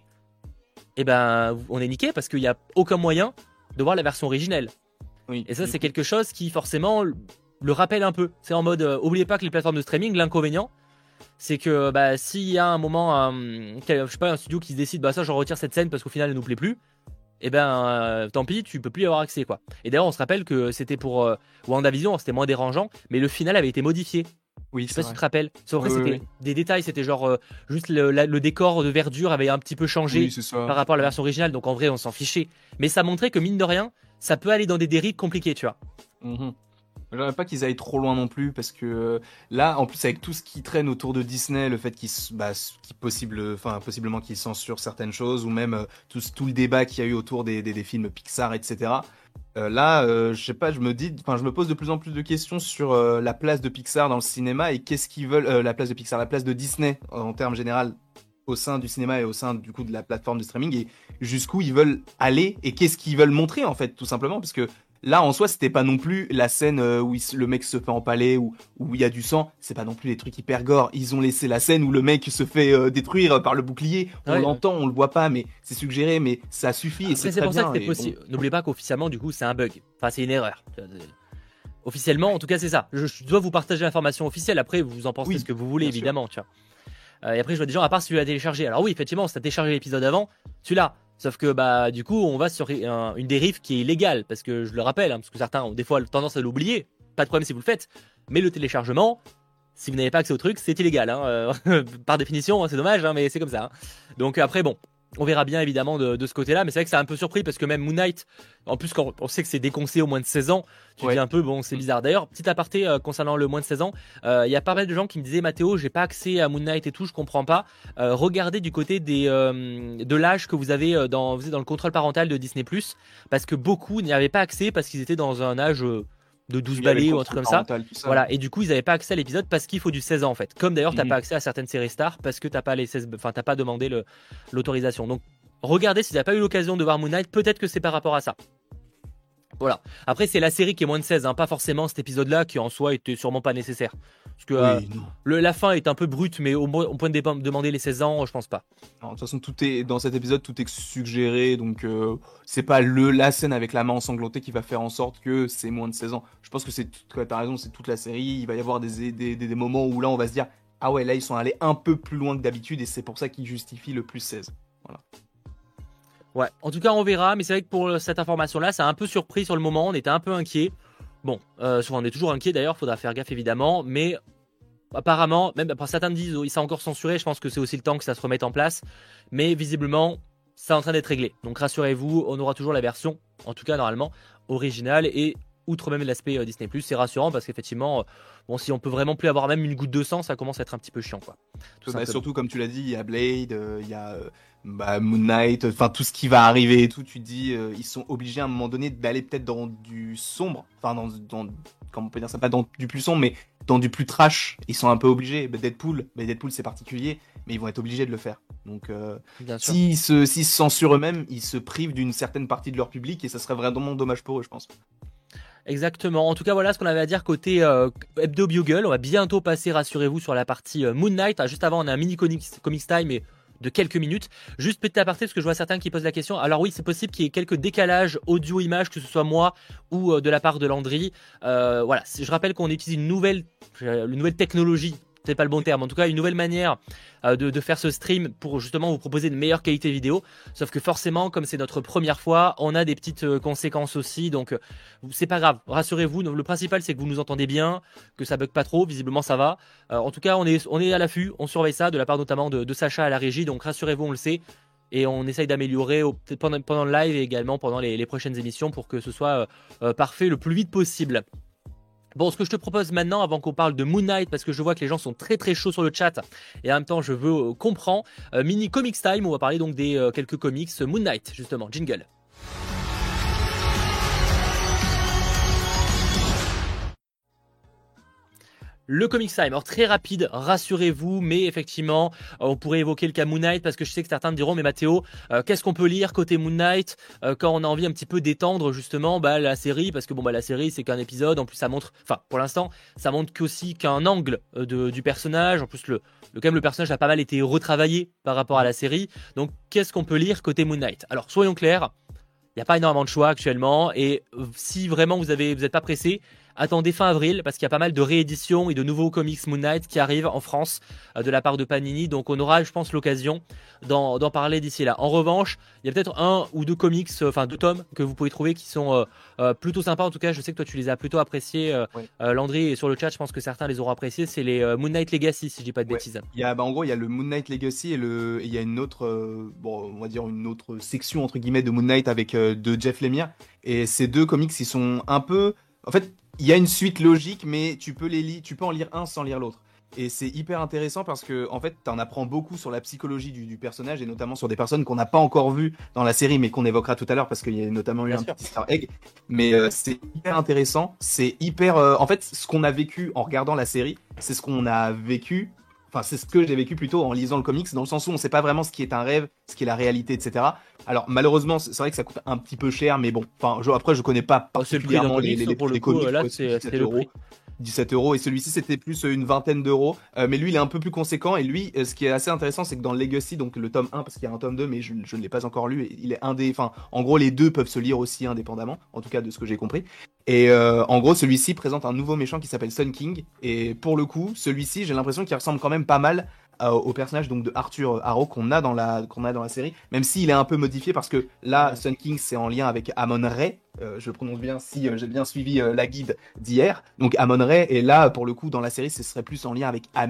S1: et ben on est niqué parce qu'il n'y a aucun moyen de voir la version originelle.
S2: Oui.
S1: Et ça c'est quelque chose qui forcément le rappelle un peu. C'est en mode, euh, oubliez pas que les plateformes de streaming, l'inconvénient, c'est que bah, s'il y a un moment, un, je sais pas, un studio qui se décide, bah ça, je retire cette scène parce qu'au final, elle nous plaît plus, et ben euh, tant pis, tu peux plus y avoir accès quoi. Et d'ailleurs, on se rappelle que c'était pour euh, WandaVision, c'était moins dérangeant, mais le final avait été modifié.
S2: Oui,
S1: Je sais
S2: c'est
S1: pas si tu
S2: vrai.
S1: te rappelles. Sauf après,
S2: Oui, oui,
S1: c'était
S2: oui.
S1: des détails, c'était genre euh, juste le, la- le décor de verdure avait un petit peu changé
S2: Oui, c'est ça.
S1: par rapport à la version originale, donc en vrai, on s'en fichait. Mais ça montrait que mine de rien, ça peut aller dans des dérives compliquées, tu vois.
S2: Mhm. J'aimerais pas qu'ils aillent trop loin non plus parce que euh, là, en plus avec tout ce qui traîne autour de Disney, le fait qu'ils, s- bah, s- qu'ils possible, enfin possiblement qu'ils censurent certaines choses ou même euh, tout, ce- tout le débat qu'il y a eu autour des, des, des films Pixar, et cetera. Euh, là, euh, je sais pas, je me dis, enfin, je me pose de plus en plus de questions sur euh, la place de Pixar dans le cinéma et qu'est-ce qu'ils veulent, euh, la place de Pixar, la place de Disney en termes général au sein du cinéma et au sein du coup de la plateforme de streaming et jusqu'où ils veulent aller et qu'est-ce qu'ils veulent montrer en fait tout simplement parce que là en soi c'était pas non plus la scène euh, où il s- le mec se fait empaler ou où il y a du sang, c'est pas non plus des trucs hyper gore, ils ont laissé la scène où le mec se fait euh, détruire par le bouclier, on
S1: Ouais.
S2: l'entend, on le voit pas mais c'est suggéré mais ça suffit et
S1: Après,
S2: c'est
S1: c'est
S2: très
S1: pour ça
S2: bien
S1: que c'est
S2: et
S1: possible.
S2: bon.
S1: N'oubliez pas qu'officiellement, du coup, c'est un bug. Enfin, c'est une erreur. Officiellement, en tout cas, c'est ça. Je, je dois vous partager l'information officielle. Après, vous en pensez
S2: Oui,
S1: ce que vous voulez,
S2: bien sûr.
S1: évidemment. Tu vois. Euh, et après, je vois des gens, à part si tu l'as téléchargé. Alors oui, effectivement, si tu as téléchargé l'épisode avant, tu l'as. Sauf que bah du coup, on va sur un- une dérive qui est illégale. Parce que je le rappelle, hein, parce que certains ont des fois tendance à l'oublier. Pas de problème si vous le faites. Mais le téléchargement, si vous n'avez pas accès au truc, c'est illégal. Hein. Euh, par définition, hein, c'est dommage, hein, mais c'est comme ça. Hein. Donc après, bon. on verra bien évidemment de, de ce côté-là, mais c'est vrai que c'est un peu surpris parce que même Moon Knight, en plus quand on sait que c'est déconcé au moins de seize ans, tu
S2: Ouais.
S1: dis un peu bon c'est bizarre. D'ailleurs, petit aparté euh, concernant le moins de seize ans, il euh, y a pas mal de gens qui me disaient Mathéo, j'ai pas accès à Moon Knight et tout, je comprends pas. Euh, regardez du côté des euh, de l'âge que vous avez euh, dans, vous êtes dans le contrôle parental de Disney plus, parce que beaucoup n'y avaient pas accès parce qu'ils étaient dans un âge euh, de douze balais ou un truc comme ça.
S2: Parental, tout ça.
S1: Voilà, et du coup ils n'avaient pas accès à l'épisode parce qu'il faut du seize ans en fait. Comme d'ailleurs t'as
S2: Mhm.
S1: pas accès à certaines séries stars parce que t'as pas les seize, enfin t'as pas demandé le- l'autorisation. Donc regardez si vous n'avez pas eu l'occasion de voir Moon Knight, peut-être que c'est par rapport à ça. Voilà. Après c'est la série qui est moins de seize, hein, pas forcément cet épisode-là qui en soi était sûrement pas nécessaire. Parce que euh,
S2: Oui, non.
S1: le, la fin est un peu brute, mais au, mo- au point de dépa- demander les seize ans, je pense pas.
S2: Non, de toute façon, tout est dans cet épisode, tout est suggéré, donc euh, c'est pas le la scène avec la main ensanglantée qui va faire en sorte que c'est moins de seize ans. Je pense que c'est tout- ouais, t'as raison, c'est toute la série. Il va y avoir des, des, des, des moments où là, on va se dire ah ouais, là ils sont allés un peu plus loin que d'habitude et c'est pour ça qu'ils justifient le plus seize. Voilà.
S1: Ouais, en tout cas on verra, mais c'est vrai que pour cette information-là, ça a un peu surpris sur le moment, on était un peu inquiet. Bon, euh, souvent on est toujours inquiet d'ailleurs, faudra faire gaffe évidemment, mais apparemment, même pour certains disent il s'est encore censuré, je pense que c'est aussi le temps que ça se remette en place, mais visiblement c'est en train d'être réglé. Donc rassurez-vous, on aura toujours la version, en tout cas normalement, originale et outre même l'aspect euh, Disney plus, c'est rassurant parce qu'effectivement, euh, bon si on peut vraiment plus avoir même une goutte de sang, ça commence à être un petit peu chiant quoi. Tout
S2: Bah,
S1: simplement.
S2: surtout comme tu l'as dit, il y a Blade, euh, il y a euh, bah, Moon Knight, enfin tout ce qui va arriver et tout. Tu te dis, euh, ils sont obligés à un moment donné d'aller peut-être dans du sombre, enfin dans, dans comment on peut dire ça, pas dans du plus sombre, mais dans du plus trash. Ils sont un peu obligés. Bah, Deadpool, bah, Deadpool c'est particulier, mais ils vont être obligés de le faire. Donc euh,
S1: Bien sûr.
S2: s'ils se, s'ils se censurent eux-mêmes, ils se privent d'une certaine partie de leur public et ça serait vraiment dommage pour eux, je pense.
S1: Exactement. En tout cas, voilà ce qu'on avait à dire côté euh, Hebdo Bugle. On va bientôt passer, rassurez-vous, sur la partie euh, Moon Knight. Ah, juste avant, on a un mini comics, comics time et de quelques minutes. Juste petit aparté, parce que je vois certains qui posent la question. Alors oui, c'est possible qu'il y ait quelques décalages audio-image, que ce soit moi ou euh, de la part de Landry. Euh, voilà, je rappelle qu'on utilise une nouvelle, euh, une nouvelle technologie. C'est pas le bon terme, en tout cas une nouvelle manière euh, de, de faire ce stream pour justement vous proposer une meilleure qualité vidéo. Sauf que forcément, comme c'est notre première fois, on a des petites euh, conséquences aussi. Donc euh, c'est pas grave, rassurez-vous. Le principal c'est que vous nous entendez bien, que ça bug pas trop. Visiblement ça va. Euh, en tout cas, on est, on est à l'affût, on surveille ça de la part notamment de, de Sacha à la régie. Donc rassurez-vous, on le sait. Et on essaye d'améliorer au- peut-être pendant, pendant le live et également pendant les, les prochaines émissions pour que ce soit euh, euh, parfait le plus vite possible. Bon, ce que je te propose maintenant, avant qu'on parle de Moon Knight, parce que je vois que les gens sont très très chauds sur le chat, et en même temps je veux euh, comprendre, euh, mini comics time, on va parler donc des euh, quelques comics Moon Knight, justement, jingle. Le Comics Time, alors très rapide, rassurez-vous, mais effectivement, euh, on pourrait évoquer le cas Moon Knight parce que je sais que certains me diront, mais Mathéo, euh, qu'est-ce qu'on peut lire côté Moon Knight euh, quand on a envie un petit peu d'étendre justement bah, la série, parce que bon bah la série c'est qu'un épisode, en plus ça montre, enfin pour l'instant, ça montre qu'aussi qu'un angle euh, de, du personnage, en plus le, le quand même le personnage a pas mal été retravaillé par rapport à la série, donc qu'est-ce qu'on peut lire côté Moon Knight? Alors soyons clairs, il n'y a pas énormément de choix actuellement, et euh, si vraiment vous avez, vous n'êtes pas pressé, attendez fin avril parce qu'il y a pas mal de rééditions et de nouveaux comics Moon Knight qui arrivent en France euh, de la part de Panini. Donc on aura, je pense, l'occasion d'en, d'en parler d'ici là. En revanche, il y a peut-être un ou deux comics, euh, enfin deux tomes que vous pouvez trouver qui sont euh, euh, plutôt sympas. En tout cas, je sais que toi tu les as plutôt appréciés, euh,
S2: Ouais.
S1: euh, Landry, et sur le chat, je pense que certains les auront appréciés. C'est les euh, Moon Knight Legacy, si je dis pas de
S2: Ouais.
S1: bêtises.
S2: Il y a, bah, en gros, il y a le Moon Knight Legacy et le, et il y a une autre, euh, bon, on va dire une autre section entre guillemets de Moon Knight avec euh, de Jeff Lemire. Et ces deux comics, ils sont un peu, en fait, il y a une suite logique, mais tu peux les lire, tu peux en lire un sans lire l'autre. Et c'est hyper intéressant parce que en fait, t'en apprends beaucoup sur la psychologie du, du personnage et notamment sur des personnes qu'on n'a pas encore vues dans la série, mais qu'on évoquera tout à l'heure parce qu'il y a notamment eu
S1: Bien
S2: un
S1: sûr.
S2: petit Star Egg. Mais euh, c'est hyper intéressant. C'est hyper. euh, En fait, ce qu'on a vécu en regardant la série, c'est ce qu'on a vécu. Enfin, c'est ce que j'ai vécu plutôt en lisant le comics, dans le sens où on sait pas vraiment ce qui est un rêve, ce qui est la réalité, et cetera. Alors malheureusement, c'est c'est vrai que ça coûte un petit peu cher, mais bon. Enfin, je- après, je connais pas
S1: Oh, c'est le prix d'un
S2: particulièrement les,
S1: comics,
S2: les, les
S1: pour
S2: prix
S1: le
S2: des
S1: coup,
S2: comics.
S1: euh, là
S2: ouais,
S1: c'est,
S2: dix-sept
S1: c'est le
S2: euros.
S1: prix.
S2: dix-sept euros et celui-ci c'était plus euh, une vingtaine d'euros. Euh, mais lui il est un peu plus conséquent et lui euh, ce qui est assez intéressant c'est que dans le Legacy, donc le tome un, parce qu'il y a un tome deux mais je, je ne l'ai pas encore lu, et il est indé, enfin en gros les deux peuvent se lire aussi indépendamment, en tout cas de ce que j'ai compris. Et euh, en gros celui-ci présente un nouveau méchant qui s'appelle Sun King et pour le coup celui-ci j'ai l'impression qu'il ressemble quand même pas mal euh, au personnage donc de Arthur Harrow qu'on a dans la qu'on a dans la série, même s'il est un peu modifié parce que là Sun King c'est en lien avec Amon-Rê, euh, je le prononce bien si euh, j'ai bien suivi euh, la guide d'hier, donc Amon-Rê, et là pour le coup dans la série ce serait plus en lien avec Amit,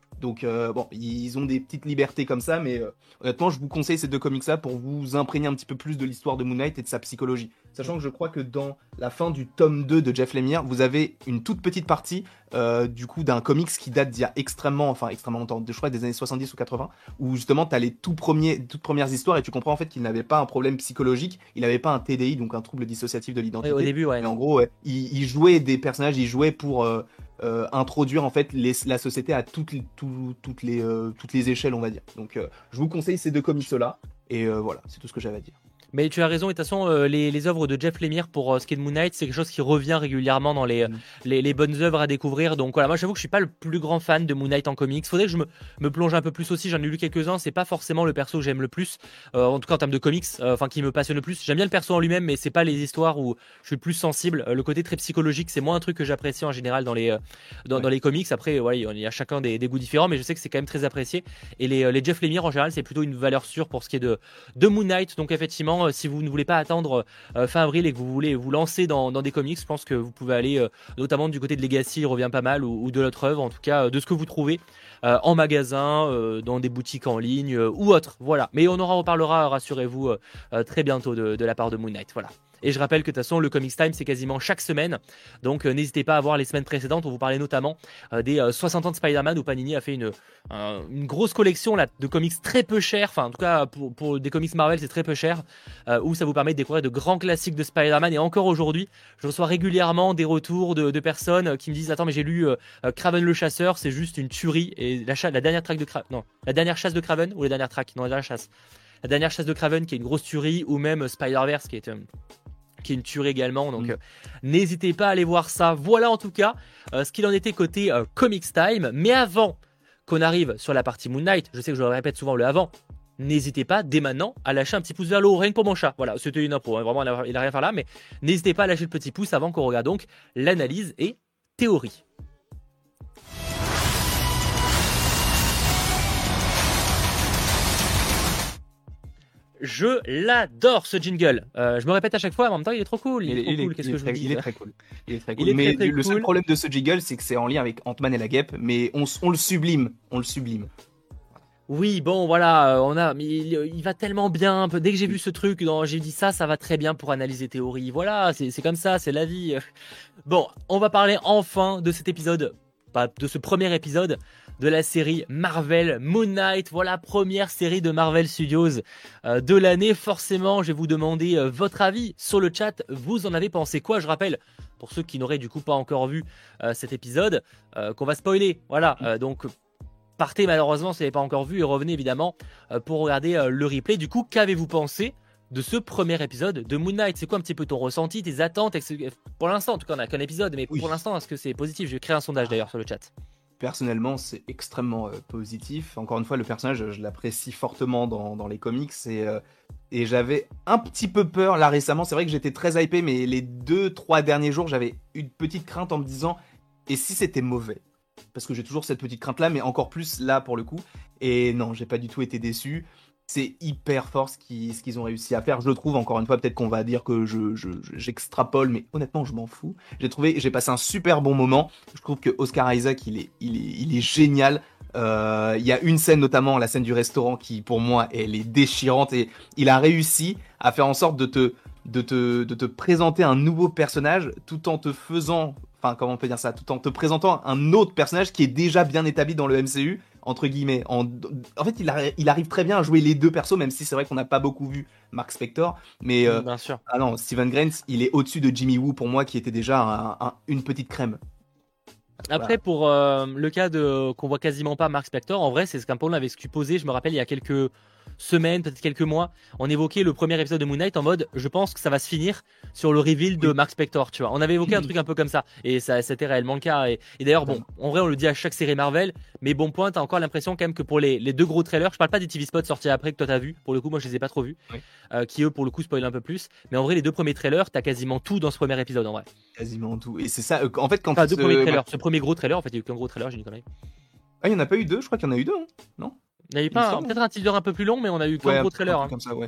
S2: Donc euh, bon, ils ont des petites libertés comme ça, mais euh, honnêtement, je vous conseille ces deux comics-là pour vous imprégner un petit peu plus de l'histoire de Moon Knight et de sa psychologie. Sachant que je crois que dans la fin du tome deux de Jeff Lemire, vous avez une toute petite partie euh, du coup d'un comics qui date d'il y a extrêmement, enfin extrêmement longtemps, je crois des années soixante-dix ou quatre-vingts, où justement tu as les tout premiers, toutes premières histoires et tu comprends en fait qu'il n'avait pas un problème psychologique, il n'avait pas un T D I, donc un trouble dissociatif de l'identité.
S1: Oui, au début, ouais.
S2: Mais en gros, ouais, il, il jouait des personnages, il jouait pour... Euh, Euh, introduire en fait les, la société à toutes les, tout, toutes, les, euh, toutes les échelles, on va dire. Donc euh, je vous conseille ces deux comics là et euh, voilà, c'est tout ce que j'avais à dire.
S1: Mais tu as raison, et de toute façon, euh, les, les œuvres de Jeff Lemire pour euh, ce qui est de Moon Knight, c'est quelque chose qui revient régulièrement dans les, mm. les, les bonnes œuvres à découvrir. Donc voilà, moi j'avoue que je suis pas le plus grand fan de Moon Knight en comics. Faudrait que je me, me plonge un peu plus aussi. J'en ai lu quelques-uns. C'est pas forcément le perso que j'aime le plus, euh, en tout cas en termes de comics, enfin euh, qui me passionne le plus. J'aime bien le perso en lui-même, mais c'est pas les histoires où je suis le plus sensible. Euh, le côté très psychologique, c'est moins un truc que j'apprécie en général dans les, euh, dans, ouais. dans les comics. Après, ouais, il y a chacun des, des goûts différents, mais je sais que c'est quand même très apprécié. Et les, les Jeff Lemire en général, c'est plutôt une valeur sûre pour ce qui est de, de Moon Knight. Donc effectivement, euh, si vous ne voulez pas attendre euh, fin avril et que vous voulez vous lancer dans, dans des comics, je pense que vous pouvez aller euh, notamment du côté de Legacy, il revient pas mal, ou, ou de l'autre œuvre, en tout cas euh, de ce que vous trouvez euh, en magasin, euh, dans des boutiques en ligne euh, ou autre. Voilà. Mais on en reparlera, rassurez-vous, euh, euh, très bientôt de, de la part de Moon Knight. Voilà. Et je rappelle que de toute façon, le Comics Time, c'est quasiment chaque semaine. Donc, euh, n'hésitez pas à voir les semaines précédentes. On vous parlait notamment euh, des euh, soixante ans de Spider-Man où Panini a fait une, euh, une grosse collection là, de comics très peu chers. Enfin, en tout cas, pour, pour des comics Marvel, c'est très peu cher. Euh, où ça vous permet de découvrir de grands classiques de Spider-Man. Et encore aujourd'hui, je reçois régulièrement des retours de, de personnes qui me disent « Attends, mais j'ai lu euh, Kraven le chasseur, c'est juste une tuerie. » Et la, la dernière track de Kraven, non, la dernière chasse de Kraven ou la dernière track, non, la dernière chasse. La dernière chasse de Kraven qui est une grosse tuerie, ou même Spider-Verse qui est... Euh, qui est une tuerie également, donc mmh. euh, n'hésitez pas à aller voir ça. Voilà en tout cas euh, ce qu'il en était côté euh, Comics Time. Mais avant qu'on arrive sur la partie Moon Knight, je sais que je le répète souvent le avant, n'hésitez pas dès maintenant à lâcher un petit pouce vers le haut, rien que pour mon chat. Voilà, c'était une impro, hein, vraiment il n'a rien à faire là, mais n'hésitez pas à lâcher le petit pouce avant qu'on regarde donc l'analyse et théorie. Je l'adore ce jingle. Euh, je me répète à chaque fois, mais en même temps, il est trop cool. Il est, il, trop il cool. Qu'est-ce que je vous dis ?
S2: Il est très cool. Il est très cool. Il est mais très, très le cool. Seul problème de ce jingle, c'est que c'est en lien avec Ant-Man et la Guêpe, mais on, on le sublime. On le sublime.
S1: Oui, bon, voilà, on a, mais il, il va tellement bien. Dès que j'ai vu ce truc, j'ai dit ça, ça va très bien pour analyser théorie. Voilà, c'est comme ça, c'est la vie. Bon, on va parler enfin de cet épisode, pas de ce premier épisode de la série Marvel Moon Knight. Voilà, première série de Marvel Studios euh, de l'année. Forcément, je vais vous demander euh, votre avis sur le chat. Vous en avez pensé quoi ? Je rappelle, pour ceux qui n'auraient du coup pas encore vu euh, cet épisode, euh, qu'on va spoiler. Voilà, euh, donc partez malheureusement si vous n'avez pas encore vu et revenez évidemment euh, pour regarder euh, le replay. Du coup, qu'avez-vous pensé de ce premier épisode de Moon Knight? C'est quoi un petit peu ton ressenti, tes attentes? Pour l'instant, en tout cas, on n'a qu'un épisode, mais oui. Pour l'instant, est-ce que c'est positif? Je vais créer un sondage d'ailleurs sur le chat.
S2: Personnellement, c'est extrêmement euh, positif. Encore une fois, le personnage, je l'apprécie fortement dans, dans les comics et, euh, et j'avais un petit peu peur là récemment. C'est vrai que j'étais très hypé, mais les deux, trois derniers jours, j'avais une petite crainte en me disant et si c'était mauvais? Parce que j'ai toujours cette petite crainte là, mais encore plus là pour le coup. Et non, j'ai pas du tout été déçu. C'est hyper fort ce qu'ils, ce qu'ils ont réussi à faire, je le trouve. Encore une fois, peut-être qu'on va dire que je, je, j'extrapole, mais honnêtement, je m'en fous. J'ai trouvé, j'ai passé un super bon moment. Je trouve que Oscar Isaac, il est, il est, il est génial. Euh, il y a une scène, notamment la scène du restaurant, qui pour moi, elle est déchirante. Et il a réussi à faire en sorte de te, de te, de te présenter un nouveau personnage, tout en te faisant, enfin, comment on peut dire ça, tout en te présentant un autre personnage qui est déjà bien établi dans le M C U. Entre guillemets, en, en fait, il, a, il arrive très bien à jouer les deux persos, même si c'est vrai qu'on n'a pas beaucoup vu Mark Spector. Mais euh,
S1: bien sûr.
S2: Ah non, Steven Grant, il est au-dessus de Jimmy Woo pour moi, qui était déjà un, un, une petite crème.
S1: Après, voilà. Pour euh, le cas de qu'on voit quasiment pas Mark Spector, en vrai, c'est ce qu'un peu on avait supposé. Je me rappelle, il y a quelques semaines, peut-être quelques mois, on évoquait le premier épisode de Moon Knight en mode je pense que ça va se finir sur le reveal de Mark Spector, tu vois. On avait évoqué un truc un peu comme ça et ça c'était réellement le cas. Et, et d'ailleurs, bon, en vrai, on le dit à chaque série Marvel, mais bon point, t'as encore l'impression quand même que pour les, les deux gros trailers, je parle pas des T V spots sortis après que toi t'as vu, pour le coup, moi je les ai pas trop vus, oui. euh, qui eux pour le coup spoilent un peu plus, mais en vrai, les deux premiers trailers, t'as quasiment tout dans ce premier épisode en vrai.
S2: Quasiment tout. Et c'est ça, euh, en fait, quand.
S1: Enfin, deux premiers trailers, ce premier gros trailer, en fait, il y a eu qu'un gros trailer, j'ai dit quand même.
S2: Ah, il y en a pas eu deux, je crois qu'il y en a eu deux, hein non?
S1: Il n'y a eu pas un, peut-être un teaser un peu plus long, mais on a eu qu'un ouais, gros trailer.
S2: Un
S1: hein.
S2: Comme ça, ouais.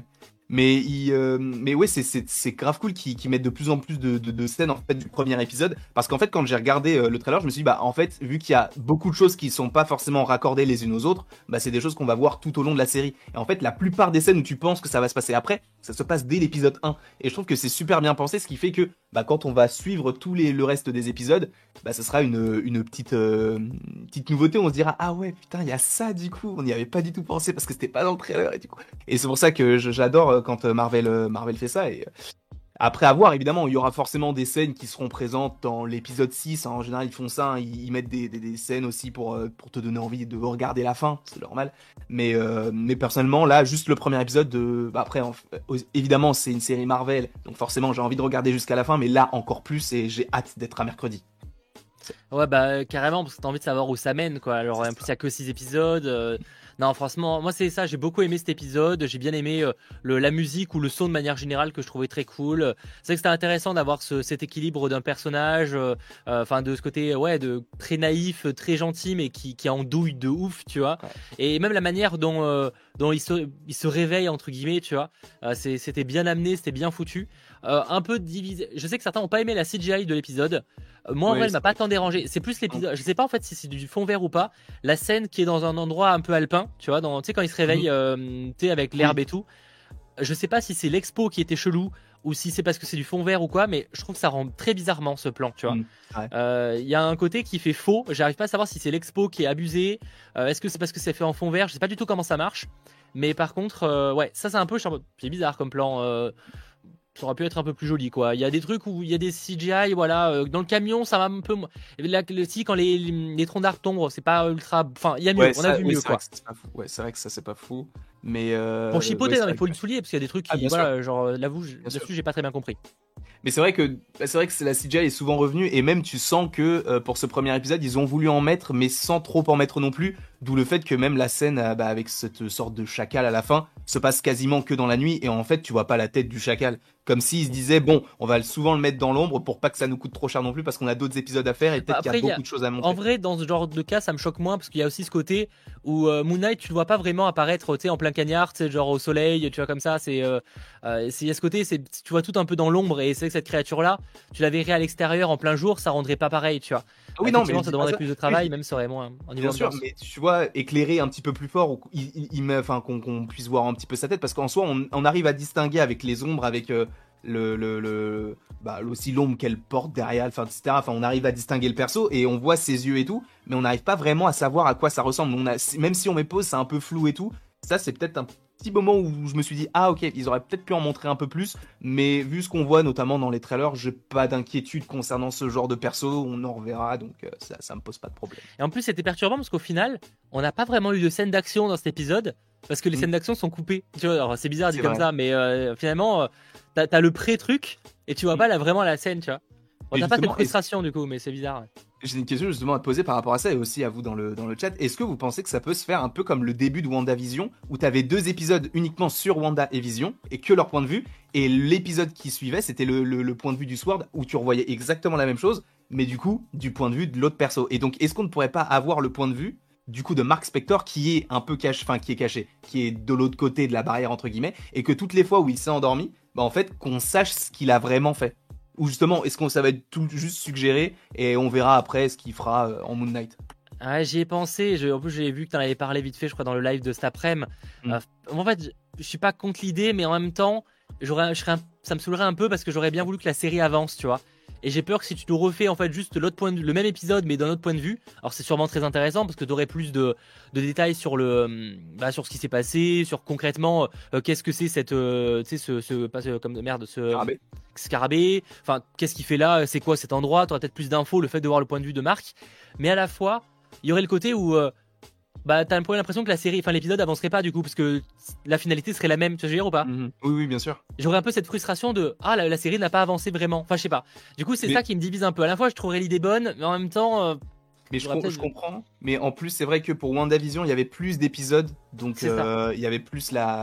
S2: Mais, il, euh, mais ouais, c'est, c'est, c'est grave cool qu'ils, qu'ils mettent de plus en plus de, de, de scènes en fait, du premier épisode. Parce qu'en fait, quand j'ai regardé euh, le trailer, je me suis dit, bah en fait, vu qu'il y a beaucoup de choses qui sont pas forcément raccordées les unes aux autres, bah c'est des choses qu'on va voir tout au long de la série. Et en fait, la plupart des scènes où tu penses que ça va se passer après, ça se passe dès l'épisode un. Et je trouve que c'est super bien pensé, ce qui fait que bah, quand on va suivre tout les, le reste des épisodes, bah ça sera une, une petite, euh, une petite nouveauté. On se dira, ah ouais, putain, il y a ça du coup, on n'y avait pas du tout pensé parce que c'était pas dans le trailer et du coup. Et c'est pour ça que je- j'adore euh, quand euh, Marvel, euh, Marvel fait ça. Et euh, après avoir, évidemment, il y aura forcément des scènes qui seront présentes dans l'épisode six. Hein. En général, ils font ça, hein, ils, ils mettent des, des, des scènes aussi pour, euh, pour te donner envie de regarder la fin, c'est normal. Mais, euh, mais personnellement, là, juste le premier épisode, de... bah, après, en- euh, évidemment, c'est une série Marvel, donc forcément, j'ai envie de regarder jusqu'à la fin, mais là, encore plus, et j'ai hâte d'être à mercredi.
S1: Ouais, bah carrément, parce que t'as envie de savoir où ça mène, quoi. Alors,
S2: C'est
S1: en plus, il
S2: ça.
S1: y a que six épisodes. euh, Non, franchement, moi, c'est ça. J'ai beaucoup aimé cet épisode. J'ai bien aimé euh, le, la musique ou le son de manière générale que je trouvais très cool. C'est vrai que c'était intéressant d'avoir ce, cet équilibre d'un personnage, euh, euh, enfin, de ce côté, ouais, de très naïf, très gentil, mais qui, qui andouille de ouf, tu vois.
S2: Ouais.
S1: Et même la manière dont, euh, dont il, se, il se réveille, entre guillemets, tu vois. Euh, c'est- c'était bien amené, c'était bien foutu. Euh, un peu divisé. Je sais que certains n'ont pas aimé la C G I de l'épisode. Euh, Moi, en vrai,
S2: Ouais,
S1: elle m'a
S2: c'est
S1: pas
S2: vrai.
S1: tant dérangé. C'est plus l'épisode. Je sais pas en fait si c'est du fond vert ou pas. La scène qui est dans un endroit un peu alpin, tu vois, dans, tu sais, quand il se réveille,
S2: Mhm.
S1: euh, tu sais, avec
S2: Oui.
S1: l'herbe et tout. Je sais pas si c'est l'expo qui était chelou ou si c'est parce que c'est du fond vert ou quoi, mais je trouve que ça rend très bizarrement ce plan, tu vois.
S2: Mhm. Ouais.
S1: Euh, Il y a un côté qui fait faux. J'arrive pas à savoir si c'est l'expo qui est abusé. Euh, Est-ce que c'est parce que c'est fait en fond vert? Je sais pas du tout comment ça marche. Mais par contre, euh, ouais, ça c'est un peu, c'est bizarre comme plan. euh, Ça aurait pu être un peu plus joli, quoi. Il y a des trucs où il y a des C G I, voilà. euh, Dans le camion, ça va un peu. mo- Là, le, si, quand les, les, les troncs d'arbres tombent, c'est pas ultra. Enfin, il y a mieux.
S2: Ouais,
S1: On a
S2: ça,
S1: vu
S2: oui,
S1: mieux,
S2: c'est vrai
S1: quoi.
S2: que c'est pas fou. Ouais, c'est vrai que ça, c'est pas fou. Mais euh,
S1: Pour
S2: ouais,
S1: chipoter,
S2: c'est
S1: non, mais
S2: vrai
S1: faut
S2: que...
S1: le souligner parce qu'il y a des trucs
S2: Ah,
S1: qui,
S2: bien sûr,
S1: voilà, genre, là-dessus,
S2: bien sûr.
S1: là-dessus, j'ai pas très bien compris.
S2: Mais c'est vrai que bah, c'est vrai que c'est- la C G I est souvent revenue et même tu sens que euh, pour ce premier épisode ils ont voulu en mettre mais sans trop en mettre non plus, d'où le fait que même la scène euh, bah, avec cette sorte de chacal à la fin se passe quasiment que dans la nuit et en fait tu vois pas la tête du chacal, comme s'ils se disaient bon on va souvent le mettre dans l'ombre pour pas que ça nous coûte trop cher non plus parce qu'on a d'autres épisodes à faire et
S1: Bah,
S2: peut-être qu'il y a
S1: après, il y a-
S2: beaucoup de choses à
S1: en
S2: montrer.
S1: vrai, dans ce genre de cas, ça me choque moins parce qu'il y a aussi ce côté où euh, Moon Knight, tu le vois pas vraiment apparaître, tu sais, en plein cagnard, tu sais, genre au soleil, tu vois, comme ça. C'est, euh, euh, c'est- il y a ce côté, c'est, tu vois tout un peu dans l'ombre et c'est vrai que cette créature-là, tu la verrais à l'extérieur en plein jour, ça rendrait pas pareil, tu vois.
S2: Ah oui non mais
S1: Effectivement,
S2: je
S1: ça
S2: dis pas
S1: demanderait
S2: ça.
S1: plus de
S2: Oui,
S1: travail,
S2: je-
S1: même ça aurait moins en niveau
S2: bien sûr,
S1: ambiance.
S2: mais tu vois, éclairer un petit peu plus fort, ou il, il- il met- enfin, qu'on qu'on puisse voir un petit peu sa tête, parce qu'en soi, on, on arrive à distinguer avec les ombres, avec euh, le, le, le- bah, aussi l'ombre qu'elle porte derrière, enfin, et cetera. Enfin, on arrive à distinguer le perso et on voit ses yeux et tout, mais on n'arrive pas vraiment à savoir à quoi ça ressemble. On a, même si on met pause, c'est un peu flou et tout. Ça, c'est peut-être un petit moment où je me suis dit, ah ok, ils auraient peut-être pu en montrer un peu plus, mais vu ce qu'on voit notamment dans les trailers, j'ai pas d'inquiétude concernant ce genre de perso, on en reverra, donc euh, ça, ça me pose pas de problème.
S1: Et en plus, c'était perturbant parce qu'au final, on n'a pas vraiment eu de scène d'action dans cet épisode parce que les
S2: Mm.
S1: scènes d'action sont coupées. Tu vois, alors c'est bizarre dit
S2: C'est
S1: comme
S2: vrai.
S1: ça, mais euh, finalement, euh, t'as, t'as le pré-truc et tu vois
S2: Mm.
S1: pas là, vraiment la scène, tu vois. Bon,
S2: Et
S1: t'as pas cette
S2: justement, est-ce-
S1: frustration du coup, mais c'est bizarre. Ouais.
S2: j'ai une question justement à te poser par rapport à ça et aussi à vous dans le, dans le chat. Est-ce que vous pensez que ça peut se faire un peu comme le début de WandaVision où tu avais deux épisodes uniquement sur Wanda et Vision et que leur point de vue et l'épisode qui suivait c'était le, le, le point de vue du Sword où tu revoyais exactement la même chose mais du coup du point de vue de l'autre perso. Et donc est-ce qu'on ne pourrait pas avoir le point de vue du coup de Mark Spector qui est un peu caché, enfin qui est caché, qui est de l'autre côté de la barrière entre guillemets et que toutes les fois où il s'est endormi, bah en fait qu'on sache ce qu'il a vraiment fait. Ou justement, est-ce qu'on ça va être tout juste suggéré et on verra après ce qu'il fera euh, en Moon Knight.
S1: Ouais, j'y ai pensé. Je- en plus, j'ai vu que t'en avais parlé vite fait, je crois, dans le live de cet après-midi.
S2: Mm.
S1: Euh, en fait, je, je suis pas contre l'idée, mais en même temps, j'aurais, je serais un- ça me saoulerait un peu parce que j'aurais bien voulu que la série avance, tu vois. Et j'ai peur que si tu nous refais en fait juste l'autre point de, le même épisode mais d'un autre point de vue, alors c'est sûrement très intéressant parce que tu aurais plus de, de détails sur le, hum, bah, sur ce qui s'est passé, sur concrètement euh, qu'est-ce que c'est cette, euh, tu sais ce, ce, pas ce- comme merde, ce
S2: Scarabée.
S1: scarabée, enfin qu'est-ce qu'il fait là, c'est quoi cet endroit, tu aurais peut-être plus d'infos, le fait de voir le point de vue de Marc, mais à la fois il y aurait le côté où euh, bah t'as un peu l'impression que la série, enfin l'épisode avancerait pas du coup parce que la finalité serait la même, tu vois ce que je veux dire ou pas?
S2: Mhm. Oui, oui, bien sûr.
S1: J'aurais un peu cette frustration de ah la, la série n'a pas avancé vraiment, enfin je sais pas, du coup c'est
S2: Mais-
S1: ça qui me divise un peu, à la fois je trouverais l'idée bonne mais en même temps euh,
S2: Mais je,
S1: J'aurais
S2: com-
S1: peut-être-
S2: je comprends. Mais en plus, c'est vrai que pour WandaVision, il y avait plus d'épisodes. Donc,
S1: C'est ça.
S2: euh, il y avait plus la.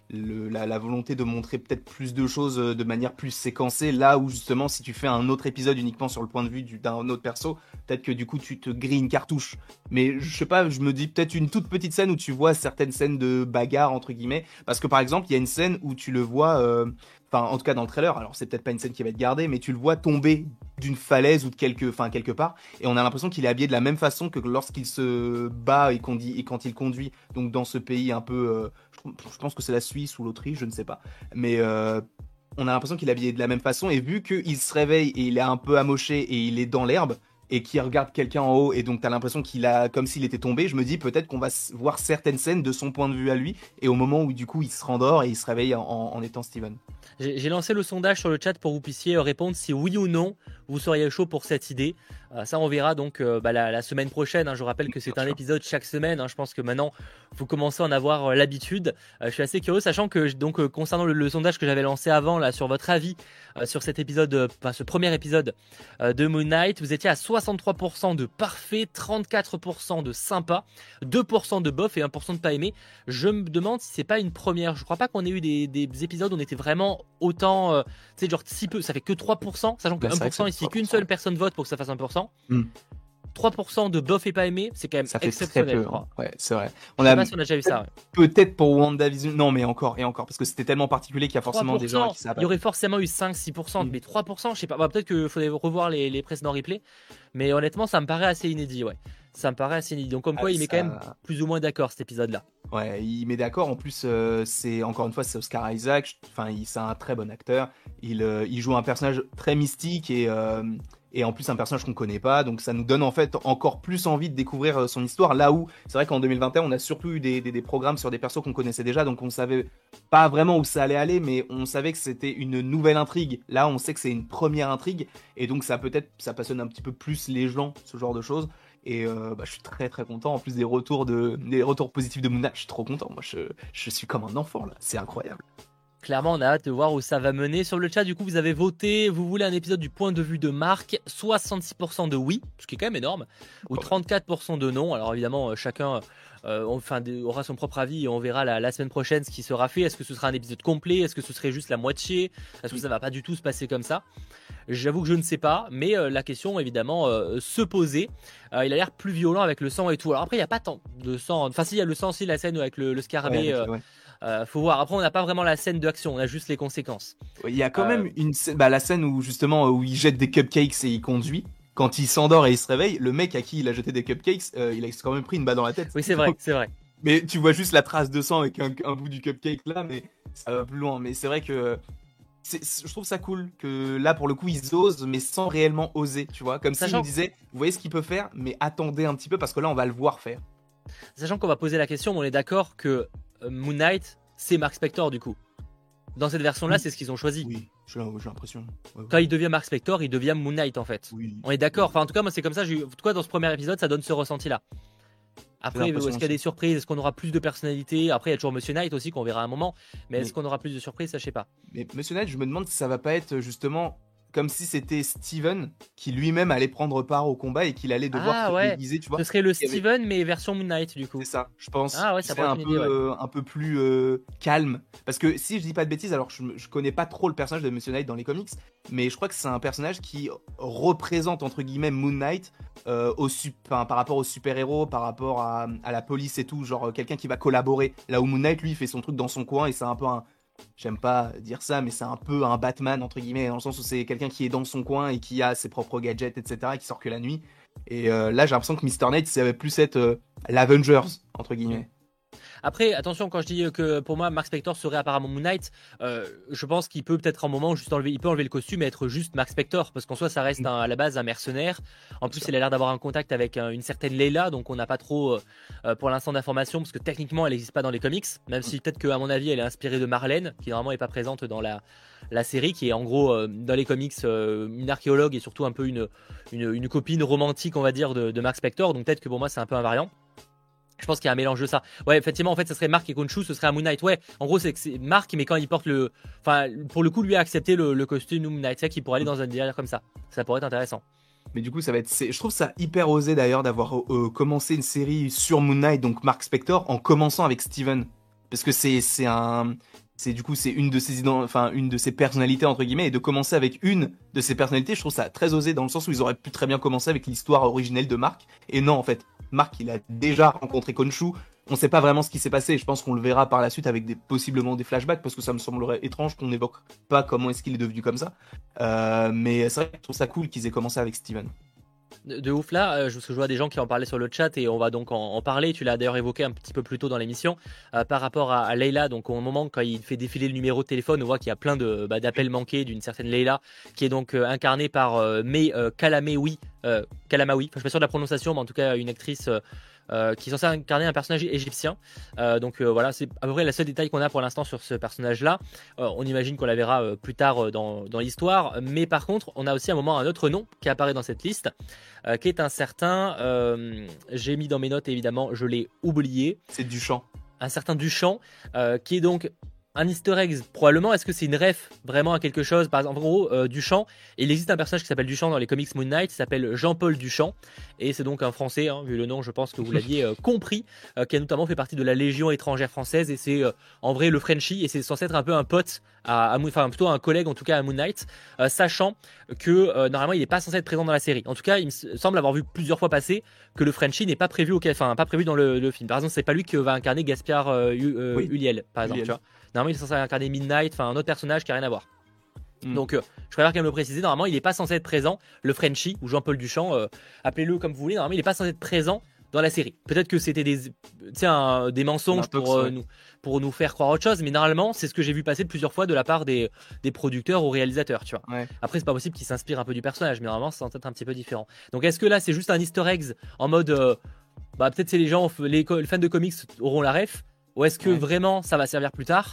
S2: le, la, la volonté de montrer peut-être plus de choses euh, de manière plus séquencée, là où justement si tu fais un autre épisode uniquement sur le point de vue du- d'un autre perso, peut-être que du coup tu te grilles une cartouche. Mais je sais pas, je me dis peut-être une toute petite scène où tu vois certaines scènes de bagarre entre guillemets, parce que par exemple il y a une scène où tu le vois, euh, enfin en tout cas dans le trailer, alors c'est peut-être pas une scène qui va être gardée, mais tu le vois tomber d'une falaise ou de quelque, enfin quelque part, et on a l'impression qu'il est habillé de la même façon que lorsqu'il se bat et, condi- et quand il conduit, donc dans ce pays un peu, euh, je, je pense que c'est la Suisse ou l'Autriche, je ne sais pas, mais euh, on a l'impression qu'il est habillé de la même façon, et vu qu'il se réveille et il est un peu amoché et il est dans l'herbe, et qu'il regarde quelqu'un en haut, et donc t'as l'impression qu'il a, comme s'il était tombé, je me dis peut-être qu'on va s- voir certaines scènes de son point de vue à lui, et au moment où du coup il se rendort et il se réveille en, en étant Steven.
S1: J'ai j'ai lancé le sondage sur le chat pour que vous puissiez euh, répondre si oui ou non vous seriez chaud pour cette idée. Euh, ça, on verra donc euh, bah, la, la semaine prochaine. Hein. Je vous rappelle que c'est
S2: Bien
S1: un
S2: sûr.
S1: épisode chaque semaine. Hein. Je pense que maintenant, vous commencez à en avoir euh, l'habitude. Euh, je suis assez curieux, sachant que donc euh, concernant le, le sondage que j'avais lancé avant là sur votre avis euh, sur cet épisode, euh, enfin ce premier épisode euh, de Moon Knight, vous étiez à soixante-trois pour cent de parfait, trente-quatre pour cent de sympa, deux pour cent de bof et un pour cent de pas aimé. Je me demande si c'est pas une première. Je crois pas qu'on ait eu des, des épisodes où on était vraiment autant, euh, tu sais, genre si peu, ça fait que trois pour cent, sachant que
S2: Bah, c'est vrai que
S1: un pour cent,
S2: c'est
S1: il suffit qu'une
S2: trois pour cent.
S1: seule personne vote pour que ça fasse un pour cent.
S2: Hmm.
S1: trois pour cent de bof et pas aimé, c'est quand même
S2: Ça fait très
S1: exceptionnel,
S2: peu,
S1: je crois.
S2: hein. Ouais, c'est vrai.
S1: Je
S2: On
S1: sais
S2: a
S1: pas si on a déjà vu ça. Ouais.
S2: peut-être pour WandaVision, non mais encore et encore, parce que c'était tellement particulier qu'il y a forcément des gens à qui ça a
S1: il
S2: pas.
S1: y aurait forcément eu cinq six pour cent,
S2: Mm.
S1: mais trois pour cent, je sais pas. Bah, peut-être qu'il faudrait revoir les, les précédents replays, mais honnêtement, ça me paraît assez inédit, ouais. Ça me paraît assez inédit. Donc, comme
S2: Ah,
S1: quoi, il met
S2: ça-
S1: quand même plus ou moins d'accord cet épisode-là.
S2: Ouais, il met d'accord. En plus, euh, c'est encore une fois, c'est Oscar Isaac. Enfin, il, c'est un très bon acteur. Il, euh, il joue un personnage très mystique et euh, et en plus un personnage qu'on connaît pas. Donc, ça nous donne en fait encore plus envie de découvrir euh, son histoire. Là où c'est vrai qu'en deux mille vingt et un, on a surtout eu des, des, des programmes sur des persos qu'on connaissait déjà, donc on savait pas vraiment où ça allait aller, mais on savait que c'était une nouvelle intrigue. Là, on sait que c'est une première intrigue et donc ça peut-être ça passionne un petit peu plus les gens, ce genre de choses. Et euh, bah, je suis très très content. En plus des retours de des retours positifs de Moon Knight, je suis trop content. Moi, je, je suis comme un enfant là. C'est incroyable.
S1: Clairement, on a hâte de voir où ça va mener. Sur le chat, du coup, vous avez voté. Vous voulez un épisode du point de vue de Marc. soixante-six pour cent de oui, ce qui est quand même énorme. Ou trente-quatre pour cent de non. Alors évidemment, euh, chacun euh, enfin, de- aura son propre avis et on verra la, la semaine prochaine ce qui sera fait. Est-ce que ce sera un épisode complet? Est-ce que ce serait juste la moitié? Est-ce que ça va pas du tout se passer comme ça? J'avoue que je ne sais pas, mais euh, la question évidemment euh, se posait. Euh, il a l'air plus violent avec le sang et tout. Alors après, il n'y a pas tant de sang. Enfin, si, il y a le sang, si, la scène avec le, le scarabée.
S2: Ouais,
S1: euh,
S2: avec- ouais.
S1: euh, faut voir. Après, on n'a pas vraiment la scène d'action, on a juste les conséquences.
S2: Il y a quand
S1: Euh,
S2: même une scène, bah, la scène où justement où il jette des cupcakes et il conduit. Quand il s'endort et il se réveille, le mec à qui il a jeté des cupcakes, euh, il a quand même pris une balle dans la tête.
S1: Oui, c'est vrai, c'est vrai.
S2: Mais tu vois juste la trace de sang avec un, un bout du cupcake là, mais ça va plus loin. Mais c'est vrai que c'est- c'est- je trouve ça cool que là pour le coup ils osent, mais sans réellement oser, tu vois. Comme s'ils
S1: Sachant-
S2: nous disaient, vous voyez ce qu'il peut faire, mais attendez un petit peu parce que là on va le voir faire.
S1: Sachant qu'on va poser la question, on est d'accord que euh, Moon Knight, c'est Mark Spector du coup. Dans cette version-là,
S2: Oui.
S1: c'est ce qu'ils ont choisi.
S2: Oui, j'ai j'ai l'impression. Ouais, ouais.
S1: Quand il devient Mark Spector, il devient Moon Knight en fait.
S2: Oui.
S1: On est d'accord. Enfin, en tout cas, moi, c'est comme ça. j'ai- En tout cas, dans ce premier épisode, ça donne ce ressenti-là. Après,
S2: J'ai
S1: est-ce
S2: l'impression
S1: qu'il y a des surprises? Est-ce qu'on aura plus de personnalités? Après, il y a toujours Monsieur Knight aussi qu'on verra à un moment. Mais est-ce
S2: Mais-
S1: qu'on aura plus de surprises? Ça, je sais pas.
S2: Mais Monsieur Knight, je me demande si ça va pas être justement comme si c'était Steven qui lui-même allait prendre part au combat et qu'il allait devoir
S1: Ah,
S2: se
S1: ouais.
S2: déguiser, tu vois.
S1: Ce serait le
S2: il y avait-
S1: Steven, mais version Moon Knight du coup.
S2: C'est ça, je pense.
S1: Ah ouais,
S2: qui
S1: ça
S2: serait
S1: pourrait
S2: un
S1: être
S2: peu,
S1: une idée, ouais.
S2: euh, un peu plus euh, calme. Parce que si je dis pas de bêtises, alors je, me- je connais pas trop le personnage de Monsieur Knight dans les comics, mais je crois que c'est un personnage qui représente entre guillemets Moon Knight euh, au sup- enfin, par rapport aux super-héros, par rapport à, à la police et tout, genre euh, quelqu'un qui va collaborer. Là où Moon Knight, lui, il fait son truc dans son coin et c'est un peu un. J'aime pas dire ça, mais c'est un peu un Batman, entre guillemets, dans le sens où c'est quelqu'un qui est dans son coin et qui a ses propres gadgets, et cetera, et qui sort que la nuit. Et euh, là, j'ai l'impression que Mister Knight, ça va plus être euh, l'Avengers, entre guillemets.
S1: Après, attention, quand je dis que pour moi, Mark Spector serait apparemment Moon Knight, euh, je pense qu'il peut peut-être un moment juste enlever, il peut enlever le costume et être juste Mark Spector, parce qu'en soi, ça reste un- à la base un mercenaire. En plus, il a l'air d'avoir un contact avec un- une certaine Layla, donc on n'a pas trop, euh, euh, pour l'instant, d'informations, parce que techniquement, elle n'existe pas dans les comics, même si peut-être qu'à mon avis, elle est inspirée de Marlène, qui normalement n'est pas présente dans la, la série, qui est en gros, euh, dans les comics, euh, une archéologue et surtout un peu une, une, une copine romantique, on va dire, de, de Mark Spector, donc peut-être que pour moi, c'est un peu un variant. Je pense qu'il y a un mélange de ça. Ouais, effectivement, en fait, ça serait Mark et Khonshu, ce serait un Moon Knight. Ouais, en gros, c'est que c'est Mark, mais quand il porte le. Enfin, pour le coup, lui a accepté le, le costume Moon Knight. C'est ça qu'il pourrait aller dans un délire comme ça. Ça pourrait être intéressant.
S2: Mais du coup, ça va être. c'est- Je trouve ça hyper osé d'ailleurs d'avoir euh, commencé une série sur Moon Knight, donc Mark Spector, en commençant avec Steven. parce que c'est c'est un c'est du coup c'est une de ses ident- enfin une de ses personnalités entre guillemets, et de commencer avec une de ses personnalités, je trouve ça très osé dans le sens où ils auraient pu très bien commencer avec l'histoire originelle de Mark, et non en fait Mark il a déjà rencontré Khonshu. On sait pas vraiment ce qui s'est passé, je pense qu'on le verra par la suite avec des, possiblement des flashbacks, parce que ça me semblerait étrange qu'on n'évoque pas comment est-ce qu'il est devenu comme ça. Euh, mais c'est vrai que je trouve ça cool qu'ils aient commencé avec Steven.
S1: De, de ouf là, euh, je, je vois des gens qui en parlaient sur le chat et on va donc en, en parler. Tu l'as d'ailleurs évoqué un petit peu plus tôt dans l'émission euh, par rapport à, à Layla. Donc au moment quand il fait défiler le numéro de téléphone, on voit qu'il y a plein de bah, d'appels manqués d'une certaine Layla qui est donc euh, incarnée par euh, May euh, Kalamaoui, euh, Kalamaoui. Enfin, je suis pas sûr de la prononciation, mais en tout cas une actrice. Euh, Euh, qui est censé incarner un personnage égyptien. Euh, donc euh, voilà, c'est à peu près la seule détail qu'on a pour l'instant sur ce personnage-là. Euh, on imagine qu'on la verra euh, plus tard euh, dans, dans l'histoire. Mais par contre, on a aussi à un moment un autre nom qui apparaît dans cette liste, euh, qui est un certain. Euh, j'ai mis dans mes notes évidemment, je l'ai oublié.
S2: C'est Duchamp.
S1: Un certain Duchamp, euh, qui est donc un easter egg probablement. Est-ce que c'est une ref vraiment à quelque chose? Par exemple, en gros, euh, Duchamp, il existe un personnage qui s'appelle Duchamp dans les comics Moon Knight, il s'appelle Jean-Paul Duchamp, et c'est donc un Français, hein, vu le nom, je pense que vous l'aviez euh, compris, euh, qui a notamment fait partie de la Légion étrangère française, et c'est euh, en vrai le Frenchie, et c'est censé être un peu un pote, à, à, enfin plutôt un collègue en tout cas à Moon Knight, euh, sachant que euh, normalement il n'est pas censé être présent dans la série. En tout cas, il me semble avoir vu plusieurs fois passer que le Frenchie n'est pas prévu, au, enfin pas prévu dans le, le film. Par exemple, c'est pas lui qui va incarner Gaspard euh, euh, oui. Ulliel, par exemple. Tu vois. Normalement, il est censé incarner Midnight, enfin un autre personnage qui a rien à voir. Mm. Donc, euh, je préfère quand même le préciser. Normalement, il n'est pas censé être présent. Le Frenchie ou Jean-Paul Duchamp, euh, appelez-le comme vous voulez. Normalement, il n'est pas censé être présent dans la série. Peut-être que c'était des, un, des mensonges pour, euh, nous, pour nous faire croire autre chose, mais normalement, c'est ce que j'ai vu passer plusieurs fois de la part des, des producteurs ou réalisateurs. Tu vois.
S2: Ouais.
S1: Après, c'est pas possible qu'ils s'inspirent un peu du personnage, mais normalement, c'est peut-être un petit peu différent. Donc, est-ce que là, c'est juste un Easter egg en mode, euh, bah peut-être c'est les gens, les, les fans de comics auront la ref, ou est-ce que ouais. vraiment ça va servir plus tard?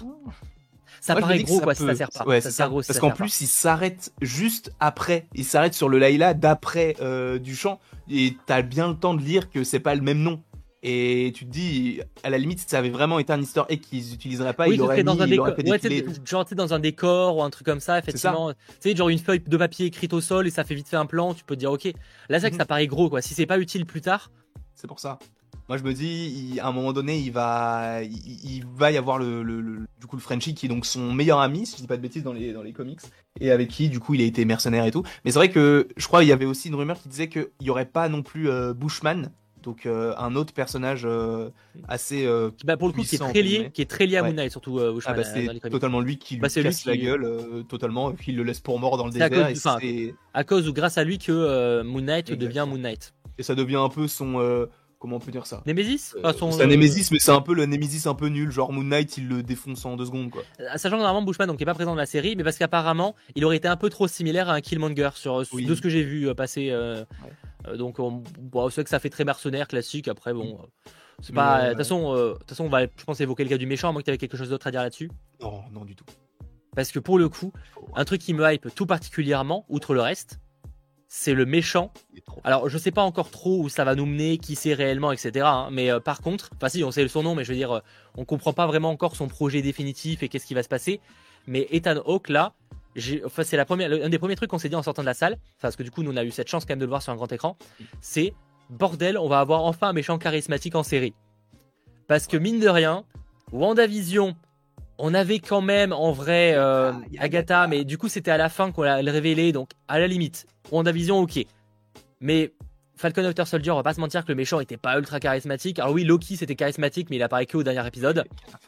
S1: Ça
S2: Moi,
S1: paraît gros,
S2: ça
S1: quoi,
S2: peut...
S1: si ça sert pas.
S2: Ouais,
S1: ça
S2: c'est
S1: sert
S2: ça.
S1: gros, si
S2: Parce
S1: ça
S2: qu'en
S1: sert
S2: plus, pas. il s'arrête juste après. Il s'arrête sur le Layla d'après euh, Duchamp. Et t'as bien le temps de lire que c'est pas le même nom. Et tu te dis, à la limite, si ça avait vraiment été un easter egg qu'ils utiliseraient pas,
S1: oui,
S2: il aurait mis,
S1: dans un
S2: il
S1: décor...
S2: aurait fait
S1: ouais,
S2: défiler.
S1: Genre, tu sais, dans un décor ou un truc comme ça, effectivement. Tu sais, genre une feuille de papier écrite au sol et ça fait vite fait un plan, tu peux te dire, ok. Là, c'est vrai que ça paraît gros, quoi. Si c'est pas utile plus tard.
S2: C'est pour ça. Moi, je me dis, il, à un moment donné, il va, il, il va y avoir le, le, le, du coup, le Frenchie qui est donc son meilleur ami, si je dis pas de bêtises, dans les, dans les comics, et avec qui, du coup, il a été mercenaire et tout. Mais c'est vrai que, je crois, il y avait aussi une rumeur qui disait qu'il y aurait pas non plus euh, Bushman, donc euh, un autre personnage euh, assez euh,
S1: bah, pour le coup, qui est très lié, qui est très lié à ouais. Moon Knight, surtout euh, Bushman.
S2: Ah bah, c'est totalement lui qui lui bah, casse lui qui... la gueule, euh, totalement, et qui le laisse pour mort dans le
S1: désert.
S2: À
S1: cause, enfin, à cause ou grâce à lui que euh, Moon Knight Exactement. devient Moon Knight.
S2: Et ça devient un peu son euh, comment on peut dire ça?
S1: Némésis
S2: euh, son, C'est un euh... Némésis, mais c'est un peu le Némésis un peu nul. Genre Moon Knight, il le défonce en deux secondes, quoi.
S1: Sachant que normalement Bushman, donc, n'est pas présent dans la série, mais parce qu'apparemment, il aurait été un peu trop similaire à un Killmonger sur oui. de ce que j'ai vu euh, passer. Euh, ouais. euh, donc, on, bon, c'est vrai que ça fait très mercenaire classique. Après, bon, euh, c'est pas. De toute ouais. façon, euh, on va, je pense, évoquer le cas du méchant. À moins que tu avais quelque chose d'autre à dire là-dessus.
S2: Non, non du tout.
S1: Parce que pour le coup, un truc qui me hype tout particulièrement, outre le reste, c'est le méchant. Alors, je sais pas encore trop où ça va nous mener, qui c'est réellement, et cetera. Hein, mais euh, par contre, enfin si, on sait son nom, mais je veux dire, euh, on comprend pas vraiment encore son projet définitif et qu'est-ce qui va se passer. Mais Ethan Hawke, là, enfin, c'est la première, un des premiers trucs qu'on s'est dit en sortant de la salle, parce que du coup, nous on a eu cette chance quand même de le voir sur un grand écran. C'est bordel, on va avoir enfin un méchant charismatique en série. Parce que mine de rien, WandaVision. On avait quand même en vrai euh, ah, Agatha, mais du coup c'était à la fin qu'on l'a révélé, donc à la limite, WandaVision ok. Mais Falcon Winter Soldier, on va pas se mentir que le méchant était pas ultra charismatique. Alors oui, Loki c'était charismatique, mais il apparaît que au dernier épisode.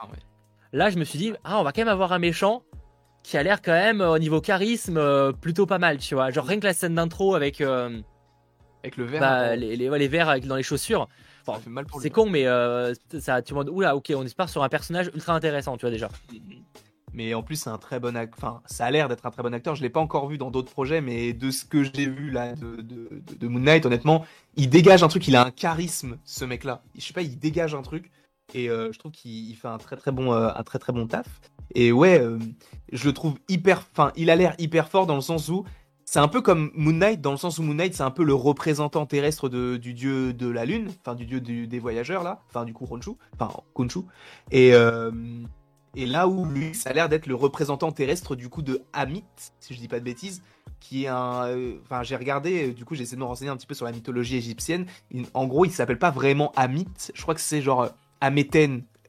S1: Là je me suis dit, ah on va quand même avoir un méchant qui a l'air quand même au niveau charisme euh, plutôt pas mal, tu vois. Genre rien que la scène d'intro avec, euh,
S2: avec le verre,
S1: bah, les, les, ouais, les verres avec, dans les chaussures. Enfin, c'est con, mais euh, ça, tu vois, oula, ok, on part sur un personnage ultra intéressant, tu vois déjà.
S2: Mais en plus, c'est un très bon acteur. Enfin, ça a l'air d'être un très bon acteur. Je l'ai pas encore vu dans d'autres projets, mais de ce que j'ai vu là de, de, de, de Moon Knight, honnêtement, il dégage un truc. Il a un charisme, ce mec-là. Je sais pas, il dégage un truc, et euh, je trouve qu'il fait un très très bon, euh, un très très bon taf. Et ouais, euh, je le trouve hyper. Enfin, il a l'air hyper fort dans le sens où. C'est un peu comme Moon Knight, dans le sens où Moon Knight, c'est un peu le représentant terrestre de, du dieu de la lune, enfin du dieu du, des voyageurs, là, enfin du coup Khonshu, enfin Khonshu. Et, euh, et là où lui, ça a l'air d'être le représentant terrestre du coup de Amit, si je dis pas de bêtises, qui est un... Enfin, euh, j'ai regardé, du coup j'ai essayé de me renseigner un petit peu sur la mythologie égyptienne. En gros, il s'appelle pas vraiment Amit, je crois que c'est genre Ameten,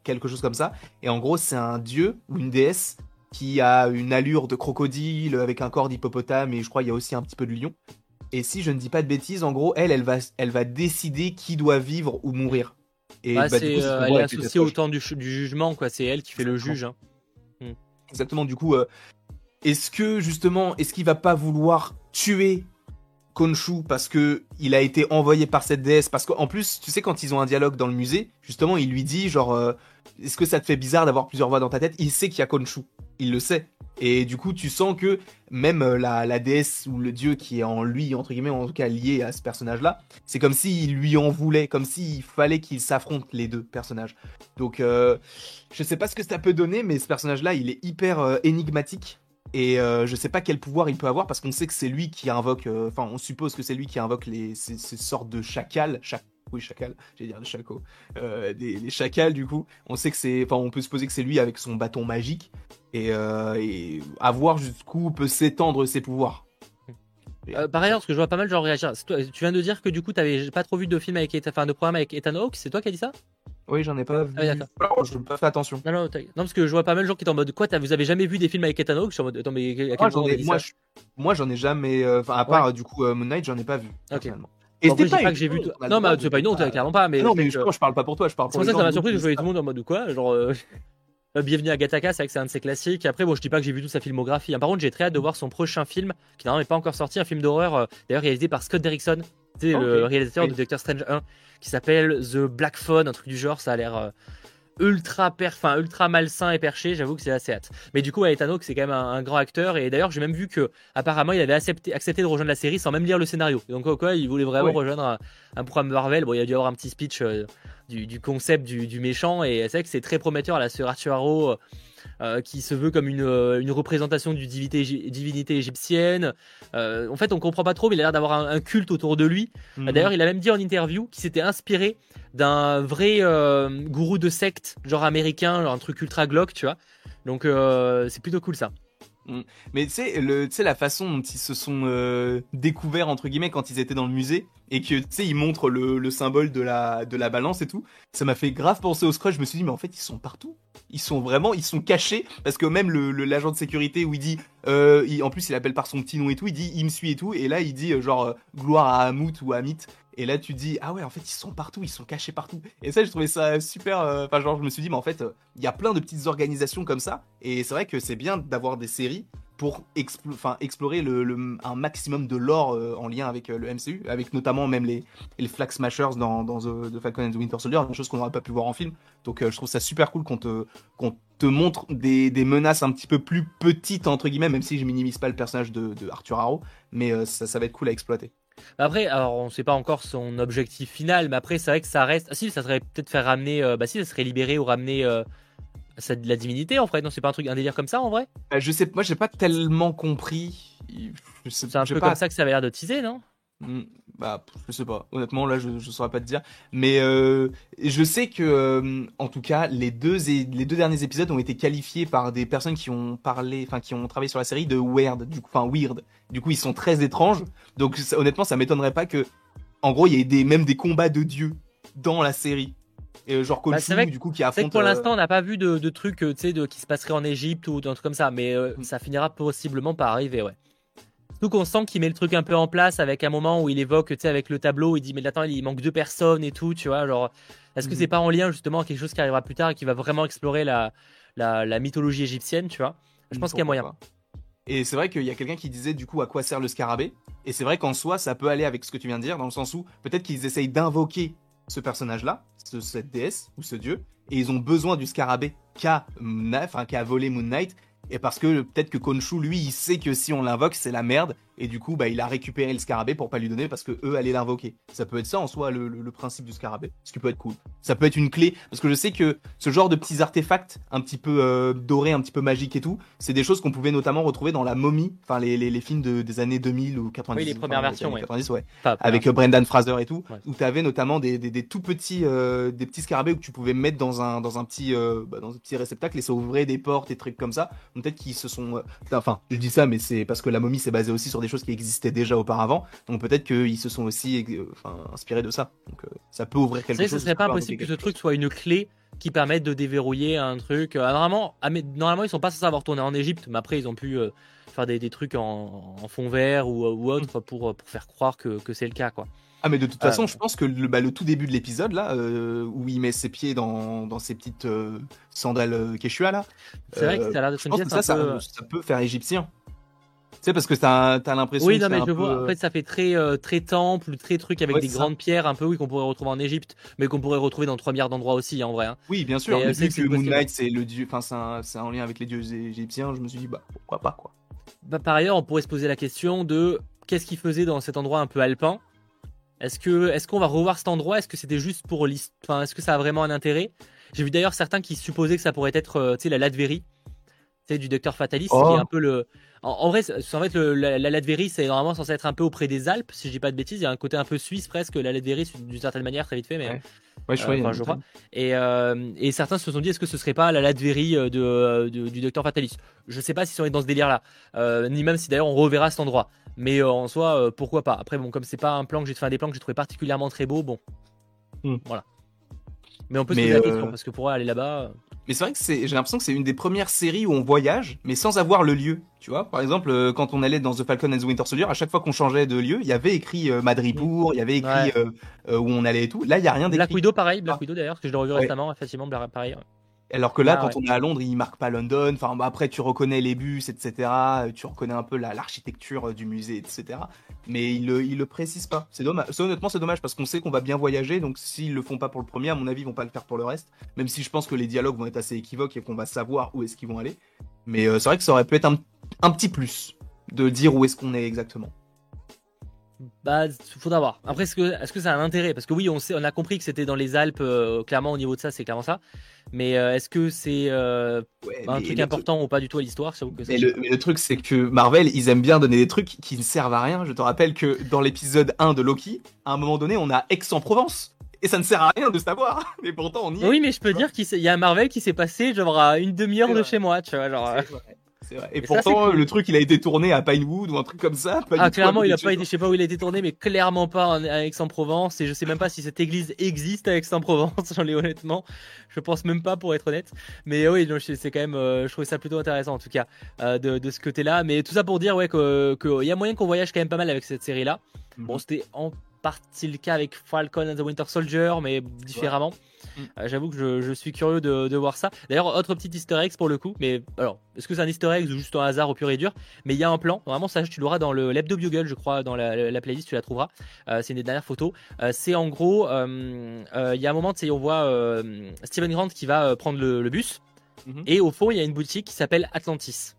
S2: quelque chose comme ça. Et en gros, c'est un dieu ou une déesse qui a une allure de crocodile avec un corps d'hippopotame et je crois il y a aussi un petit peu de lion. Et si je ne dis pas de bêtises, en gros, elle, elle va, elle va décider qui doit vivre ou mourir. Et
S1: Bah,
S2: bah, du
S1: c'est,
S2: coup, c'est
S1: euh,
S2: souvent
S1: elle est
S2: avec les
S1: associée au
S2: tatouages.
S1: temps du, ch- du jugement, quoi. C'est elle qui fait le
S2: Exactement.
S1: juge. Hein. Hmm.
S2: Exactement. Du coup, euh, est-ce que justement, est-ce qu'il va pas vouloir tuer Khonshu parce que il a été envoyé par cette déesse? Parce qu'en plus, tu sais, quand ils ont un dialogue dans le musée, justement, il lui dit genre, euh, est-ce que ça te fait bizarre d'avoir plusieurs voix dans ta tête? Il sait qu'il y a Khonshu, il le sait. Et du coup, tu sens que même euh, la, la déesse ou le dieu qui est en lui, entre guillemets, en tout cas lié à ce personnage-là, c'est comme s'il lui en voulait, comme s'il fallait qu'ils s'affrontent les deux personnages. Donc, euh, je sais pas ce que ça peut donner, mais ce personnage-là, il est hyper euh, énigmatique. Et euh, je sais pas quel pouvoir il peut avoir parce qu'on sait que c'est lui qui invoque, euh, enfin on suppose que c'est lui qui invoque les, ces, ces sortes de chacals, chac, oui chacal, j'allais dire des chacos, euh, des, les chacals du coup. On sait que c'est, enfin on peut supposer que c'est lui avec son bâton magique et, euh, et à voir jusqu'où peut s'étendre ses pouvoirs.
S1: Euh, par ailleurs, parce que je vois pas mal de gens réagir. c'est toi- tu viens de dire que du coup, t'avais pas trop vu de film avec, Ethan- enfin de programme avec Ethan Hawke. C'est toi qui as dit ça?
S2: Oui, j'en ai pas vu.
S1: Ah oui, d'accord.
S2: Alors, je n'ai pas fait attention.
S1: Non, non, t'as- non, parce que je vois pas mal de gens qui sont en mode quoi, t'as- vous avez jamais vu des films avec Ethan Hawke? Je suis en mode attends, mais à quel
S2: Moi, j'en
S1: moment on a
S2: ai,
S1: dit
S2: moi,
S1: ça?
S2: je- moi, j'en ai jamais, euh, enfin à
S1: Ouais.
S2: part euh, du coup euh, Moon Knight, j'en ai pas vu
S1: Ok.
S2: personnellement.
S1: Bon, après, je dis
S2: pas
S1: pas
S2: une
S1: que j'ai vu
S2: honte,
S1: tout.
S2: on a le
S1: Non,
S2: droit
S1: mais
S2: de-
S1: c'est pas une honte,
S2: Ah,
S1: clairement pas. Mais
S2: non,
S1: je sais
S2: mais
S1: que-
S2: je, je parle pas pour toi, je parle
S1: c'est
S2: pour
S1: pour
S2: les
S1: ça que
S2: gens.
S1: ça m'a
S2: du coup,
S1: surpris.
S2: qui
S1: Je voyais
S2: disent
S1: tout le monde en mode quoi, genre. euh, euh, Bienvenue à Gattaca, c'est vrai que c'est un de ses classiques. Après, bon, je dis pas que j'ai vu toute sa filmographie. hein. Par contre, j'ai très hâte de voir son prochain film, qui normalement n'est pas encore sorti, un film d'horreur, euh, d'ailleurs réalisé par Scott Derrickson, tu sais,
S2: Ok.
S1: le réalisateur
S2: Oui.
S1: de Doctor Strange un, qui s'appelle The Black Phone, un truc du genre. Ça a l'air euh, ultra per, enfin ultra malsain et perché. J'avoue que c'est assez hâte. Mais du coup, ouais, Ethan Hawke, c'est quand même un, un grand acteur. Et d'ailleurs, j'ai même vu que apparemment, il avait accepté, accepté de rejoindre la série sans même lire le scénario. Donc quoi, quoi il voulait vraiment
S2: Ouais.
S1: rejoindre un, un programme Marvel. Bon, il a dû avoir un petit speech euh, du, du concept du, du méchant. Et c'est vrai que c'est très prometteur là, sur Arthur Harrow. euh, euh, qui se veut comme une, euh, une représentation d'une divinité, égy- divinité égyptienne. Euh, en fait, on comprend pas trop, mais il a l'air d'avoir un, un culte autour de lui.
S2: Mhm.
S1: D'ailleurs, il a même dit en interview qu'il s'était inspiré d'un vrai euh, gourou de secte, genre américain, genre un truc ultra glauque, tu vois. Donc, euh, c'est plutôt cool ça.
S2: Mais tu sais, le- tu sais, la façon dont ils se sont euh, découverts, entre guillemets, quand ils étaient dans le musée, et que, tu sais, ils montrent le, le symbole de la, de la balance et tout, ça m'a fait grave penser au Scrooge. Je me suis dit, mais en fait, ils sont partout. Ils sont vraiment, ils sont cachés, parce que même le, le- l'agent de sécurité, où il dit, euh, il- en plus, il appelle par son petit nom et tout, il dit, il me suit et tout, et là, il dit, euh, genre, euh, gloire à Hamout ou à Amit. Et là, tu dis, ah ouais, en fait, ils sont partout, ils sont cachés partout. Et ça, je trouvais ça super. euh, Enfin, genre, je me suis dit, mais en fait, euh, il y a plein de petites organisations comme ça. Et c'est vrai que c'est bien d'avoir des séries pour explo- enfin, explorer le, le- un maximum de lore euh, en lien avec euh, le M C U, avec notamment même les, les Flag Smashers dans, dans The, The Falcon and the Winter Soldier, des choses qu'on n'aurait pas pu voir en film. Donc, euh, je trouve ça super cool qu'on te, qu'on te montre des, des menaces un petit peu plus petites, entre guillemets, même si je minimise pas le personnage de, de Arthur Harrow. Mais euh, ça, ça va être cool à exploiter.
S1: Après, alors on sait pas encore son objectif final, mais après, c'est vrai que ça reste. Ah si, ça serait peut-être faire ramener. euh, bah si, ça serait libérer ou ramener euh, sa- de la divinité en fait. Non, c'est pas un truc, un délire comme ça en vrai.
S2: Euh, je sais, moi, j'ai pas tellement compris. Je sais,
S1: C'est un
S2: j'ai
S1: peu
S2: pas
S1: comme ça que ça avait l'air de teaser, non?
S2: Hmm, Bah, je sais pas. Honnêtement, là, je, je saurais pas te dire. Mais euh, je sais que, euh, en tout cas, les deux, et, les deux derniers épisodes ont été qualifiés par des personnes qui ont parlé, enfin, qui ont travaillé sur la série de weird. Du coup, enfin, weird. Du coup, ils sont très étranges. Donc, ça- honnêtement, ça m'étonnerait pas que, en gros, il y ait des, même des combats de dieux dans la série. Et euh, genre
S1: Bah,
S2: Khonshu,
S1: c'est vrai que-
S2: du coup, qui
S1: C'est que
S2: affronte.
S1: pour
S2: euh,
S1: l'instant, on n'a pas vu de, de trucs, euh, tu sais, de qui se passerait en Égypte ou d'un truc comme ça, mais euh,
S2: Mm.
S1: ça finira possiblement par arriver, ouais. Surtout qu'on sent qu'il met le truc un peu en place avec un moment où il évoque, tu sais, avec le tableau, il dit, mais attends, il manque deux personnes et tout, tu vois, genre, est-ce que
S2: Mhm.
S1: c'est pas en lien justement à quelque chose qui arrivera plus tard et qui va vraiment explorer la, la, la mythologie égyptienne, tu vois? Je pense qu'il y a
S2: Pourquoi
S1: moyen.
S2: pas. Et c'est vrai qu'il y a quelqu'un qui disait du coup à quoi sert le scarabée. Et c'est vrai qu'en soi, ça peut aller avec ce que tu viens de dire, dans le sens où peut-être qu'ils essayent d'invoquer ce personnage-là, ce- cette déesse ou ce dieu, et ils ont besoin du scarabée qu'a Moon Knight- enfin, qu'a volé Moon Knight. Et parce que peut-être que Khonshu, lui, il sait que si on l'invoque, c'est la merde. Et du coup, bah, il a récupéré le scarabée pour pas lui donner parce que eux allaient l'invoquer. Ça peut être ça en soi, le, le- le principe du scarabée. Ce qui peut être cool. Ça peut être une clé. Parce que je sais que ce genre de petits artefacts, un petit peu euh, dorés, un petit peu magiques et tout, c'est des choses qu'on pouvait notamment retrouver dans La Momie. Enfin, les, les, les films de- des années deux mille ou quatre-vingt-dix.
S1: Oui, les premières
S2: enfin,
S1: versions,
S2: années
S1: ouais.
S2: quatre-vingt-dix, ouais.
S1: Enfin,
S2: Avec euh, Brendan Fraser et tout.
S1: Ouais.
S2: Où t'avais notamment des, des, des tout petits, euh, des petits scarabées que tu pouvais mettre dans un, dans un petit, euh, bah, dans un petit réceptacle et ça ouvrait des portes et trucs comme ça. Donc, peut-être qu'ils se sont, euh, enfin, je dis ça, mais c'est parce que La Momie c'est basé aussi sur des choses qui existaient déjà auparavant. Donc peut-être qu'ils se sont aussi euh, enfin, inspirés de ça. Donc euh, ça peut ouvrir
S1: c'est
S2: quelque
S1: vrai que
S2: chose.
S1: ce serait
S2: ça
S1: pas
S2: peut
S1: impossible que
S2: invoquer
S1: ce
S2: quelque
S1: truc
S2: chose.
S1: soit une clé qui permettent de déverrouiller un truc. Euh, normalement, ah, mais, normalement, ils sont pas censés avoir tourné en Égypte, mais après, ils ont pu euh, faire des, des trucs en, en fond vert ou, ou autre pour, pour faire croire que, que c'est le cas, quoi.
S2: Ah mais de toute
S1: Euh.
S2: façon, je pense que le, bah, le tout début de l'épisode là, euh, où il met ses pieds dans, dans ses petites euh, sandales euh, Quechua là,
S1: C'est vrai que
S2: euh,
S1: ça a l'air
S2: je
S1: d'être une
S2: pense
S1: pièce
S2: que ça,
S1: un peu.
S2: ça, ça peut faire égyptien. Tu sais, parce que t'as t'as l'impression
S1: Oui,
S2: que
S1: non,
S2: c'est
S1: mais
S2: un
S1: je
S2: peu...
S1: vois. En fait, ça fait très, euh, très temple, très truc avec
S2: Ouais,
S1: des
S2: c'est ça.
S1: grandes pierres, un peu, oui, qu'on pourrait retrouver en Égypte, mais qu'on pourrait retrouver dans trois milliards d'endroits aussi, hein, en vrai. Hein.
S2: Oui, bien sûr,
S1: Mais,
S2: mais,
S1: euh, c'est
S2: vu
S1: que c'est
S2: que Moon
S1: possible.
S2: Knight c'est le dieu, enfin c'est un, c'est un lien avec les dieux égyptiens, je me suis dit bah pourquoi pas quoi.
S1: Bah, par ailleurs, on pourrait se poser la question de qu'est-ce qu'il faisait dans cet endroit un peu alpin. Est-ce que, est-ce qu'on va revoir cet endroit? Est-ce que c'était juste pour l'histoire? Enfin, est-ce que ça a vraiment un intérêt? J'ai vu d'ailleurs certains qui supposaient que ça pourrait être, euh, tu sais, la Latverie, tu sais, du Docteur Fatalis,
S2: Oh.
S1: qui est un peu le. En, en vrai, c'est- en fait, le- la, la Latverie, c'est normalement censé être un peu auprès des Alpes, si je dis pas de bêtises. Il y a un côté un peu suisse presque, la Latverie, d'une certaine manière, très vite fait, mais.
S2: Ouais. Ouais, je
S1: Euh,
S2: crois, il y a
S1: enfin,
S2: une
S1: je crois.
S2: montagne.
S1: Et, euh, et certains se sont dit, est-ce que ce serait pas la Latverie euh, de, euh, de- du Docteur Fatalis? Je sais pas s'ils sont dans ce délire-là, euh, ni même si d'ailleurs on reverra cet endroit. Mais euh, en soi, euh, pourquoi pas. Après, bon, comme c'est pas un plan que j'ai fait un des plans que j'ai trouvé particulièrement très beau, bon,
S2: Hmm.
S1: voilà. Mais on peut se
S2: Mais,
S1: poser la
S2: euh,
S1: question parce que pour aller là-bas, euh,
S2: Mais c'est vrai que c'est, j'ai l'impression que c'est une des premières séries où on voyage, mais sans avoir le lieu. Tu vois, par exemple, euh, quand on allait dans The Falcon and the Winter Soldier, à chaque fois qu'on changeait de lieu, il y avait écrit euh, Madripoor, il y avait écrit
S1: Ouais.
S2: euh, euh, où on allait et tout. Là, il y a rien
S1: Black
S2: d'écrit.
S1: Widow, pareil, Black
S2: Ah.
S1: Widow d'ailleurs, parce que je l'ai revu
S2: Ouais.
S1: récemment, effectivement, Bla- pareil. ouais.
S2: Alors que là,
S1: Ah,
S2: quand
S1: ouais.
S2: on est à Londres, il marque pas London. Enfin, bah, après, tu reconnais les bus, et cetera. Tu reconnais un peu la, l'architecture euh, du musée, et cetera. Mais il le, il le précise pas. C'est dommage. C'est, honnêtement, c'est dommage parce qu'on sait qu'on va bien voyager. Donc, s'ils le font pas pour le premier, à mon avis, ils vont pas le faire pour le reste. Même si je pense que les dialogues vont être assez équivoques et qu'on va savoir où est-ce qu'ils vont aller. Mais euh, c'est vrai que ça aurait pu être un, un petit plus de dire où est-ce qu'on est exactement.
S1: Bah, faudra voir. Après, est-ce que, est-ce que ça a un intérêt? Parce que oui, on sait, on a compris que c'était dans les Alpes, euh, clairement, au niveau de ça, c'est clairement ça. Mais euh, est-ce que c'est euh,
S2: Ouais,
S1: un
S2: mais
S1: truc
S2: le
S1: important ou pas du tout à l'histoire? J'avoue que ça,
S2: Mais
S1: je sais
S2: le,
S1: pas.
S2: mais le truc, c'est que Marvel, ils aiment bien donner des trucs qui ne servent à rien. Je te rappelle que dans l'épisode un de Loki, à un moment donné, on a Aix-en-Provence. Et ça ne sert à rien de savoir. Mais pourtant, on y est.
S1: Oui, mais je peux dire qu'il s'est- il y a un Marvel qui s'est passé genre à une demi-heure
S2: C'est
S1: de
S2: vrai.
S1: chez moi, tu vois. Genre, euh,
S2: C'est vrai. C'est vrai. Et,
S1: Et ça, c'est
S2: pourtant,
S1: cool.
S2: le truc, il a été tourné à Pinewood ou un truc comme ça. Pas
S1: Ah,
S2: du tout
S1: clairement,
S2: à
S1: il a
S2: côté
S1: pas
S2: de
S1: été,
S2: chez
S1: je sais pas où il a été tourné, mais clairement pas en- à Aix-en-Provence. Et je sais même pas si cette église existe à Aix-en-Provence, j'en ai honnêtement. Je pense même pas pour être honnête. Mais oui, donc, c'est quand même, euh, je trouvais ça plutôt intéressant en tout cas, euh, de, de ce côté-là. Mais tout ça pour dire, ouais, que, que y a moyen qu'on voyage quand même pas mal avec cette série-là.
S2: moi.
S1: Bon, c'était en partie le cas avec Falcon and the Winter Soldier, mais différemment.
S2: Mm.
S1: Euh, J'avoue que je, je suis curieux de, de voir ça. D'ailleurs, autre petit easter egg pour le coup. Mais alors, est-ce que c'est un easter egg ou juste un hasard au pur et dur? Mais il y a un plan. Vraiment, ça, tu l'auras dans le l'hebdo Bugle, je crois, dans la, la playlist, tu la trouveras. Euh, c'est une des dernières photos. Euh, c'est en gros, euh, euh, il y a un moment, tu sais, on voit euh, Steven Grant qui va euh, prendre le, le bus.
S2: Mhm.
S1: Et au fond, il y a une boutique qui s'appelle Atlantis.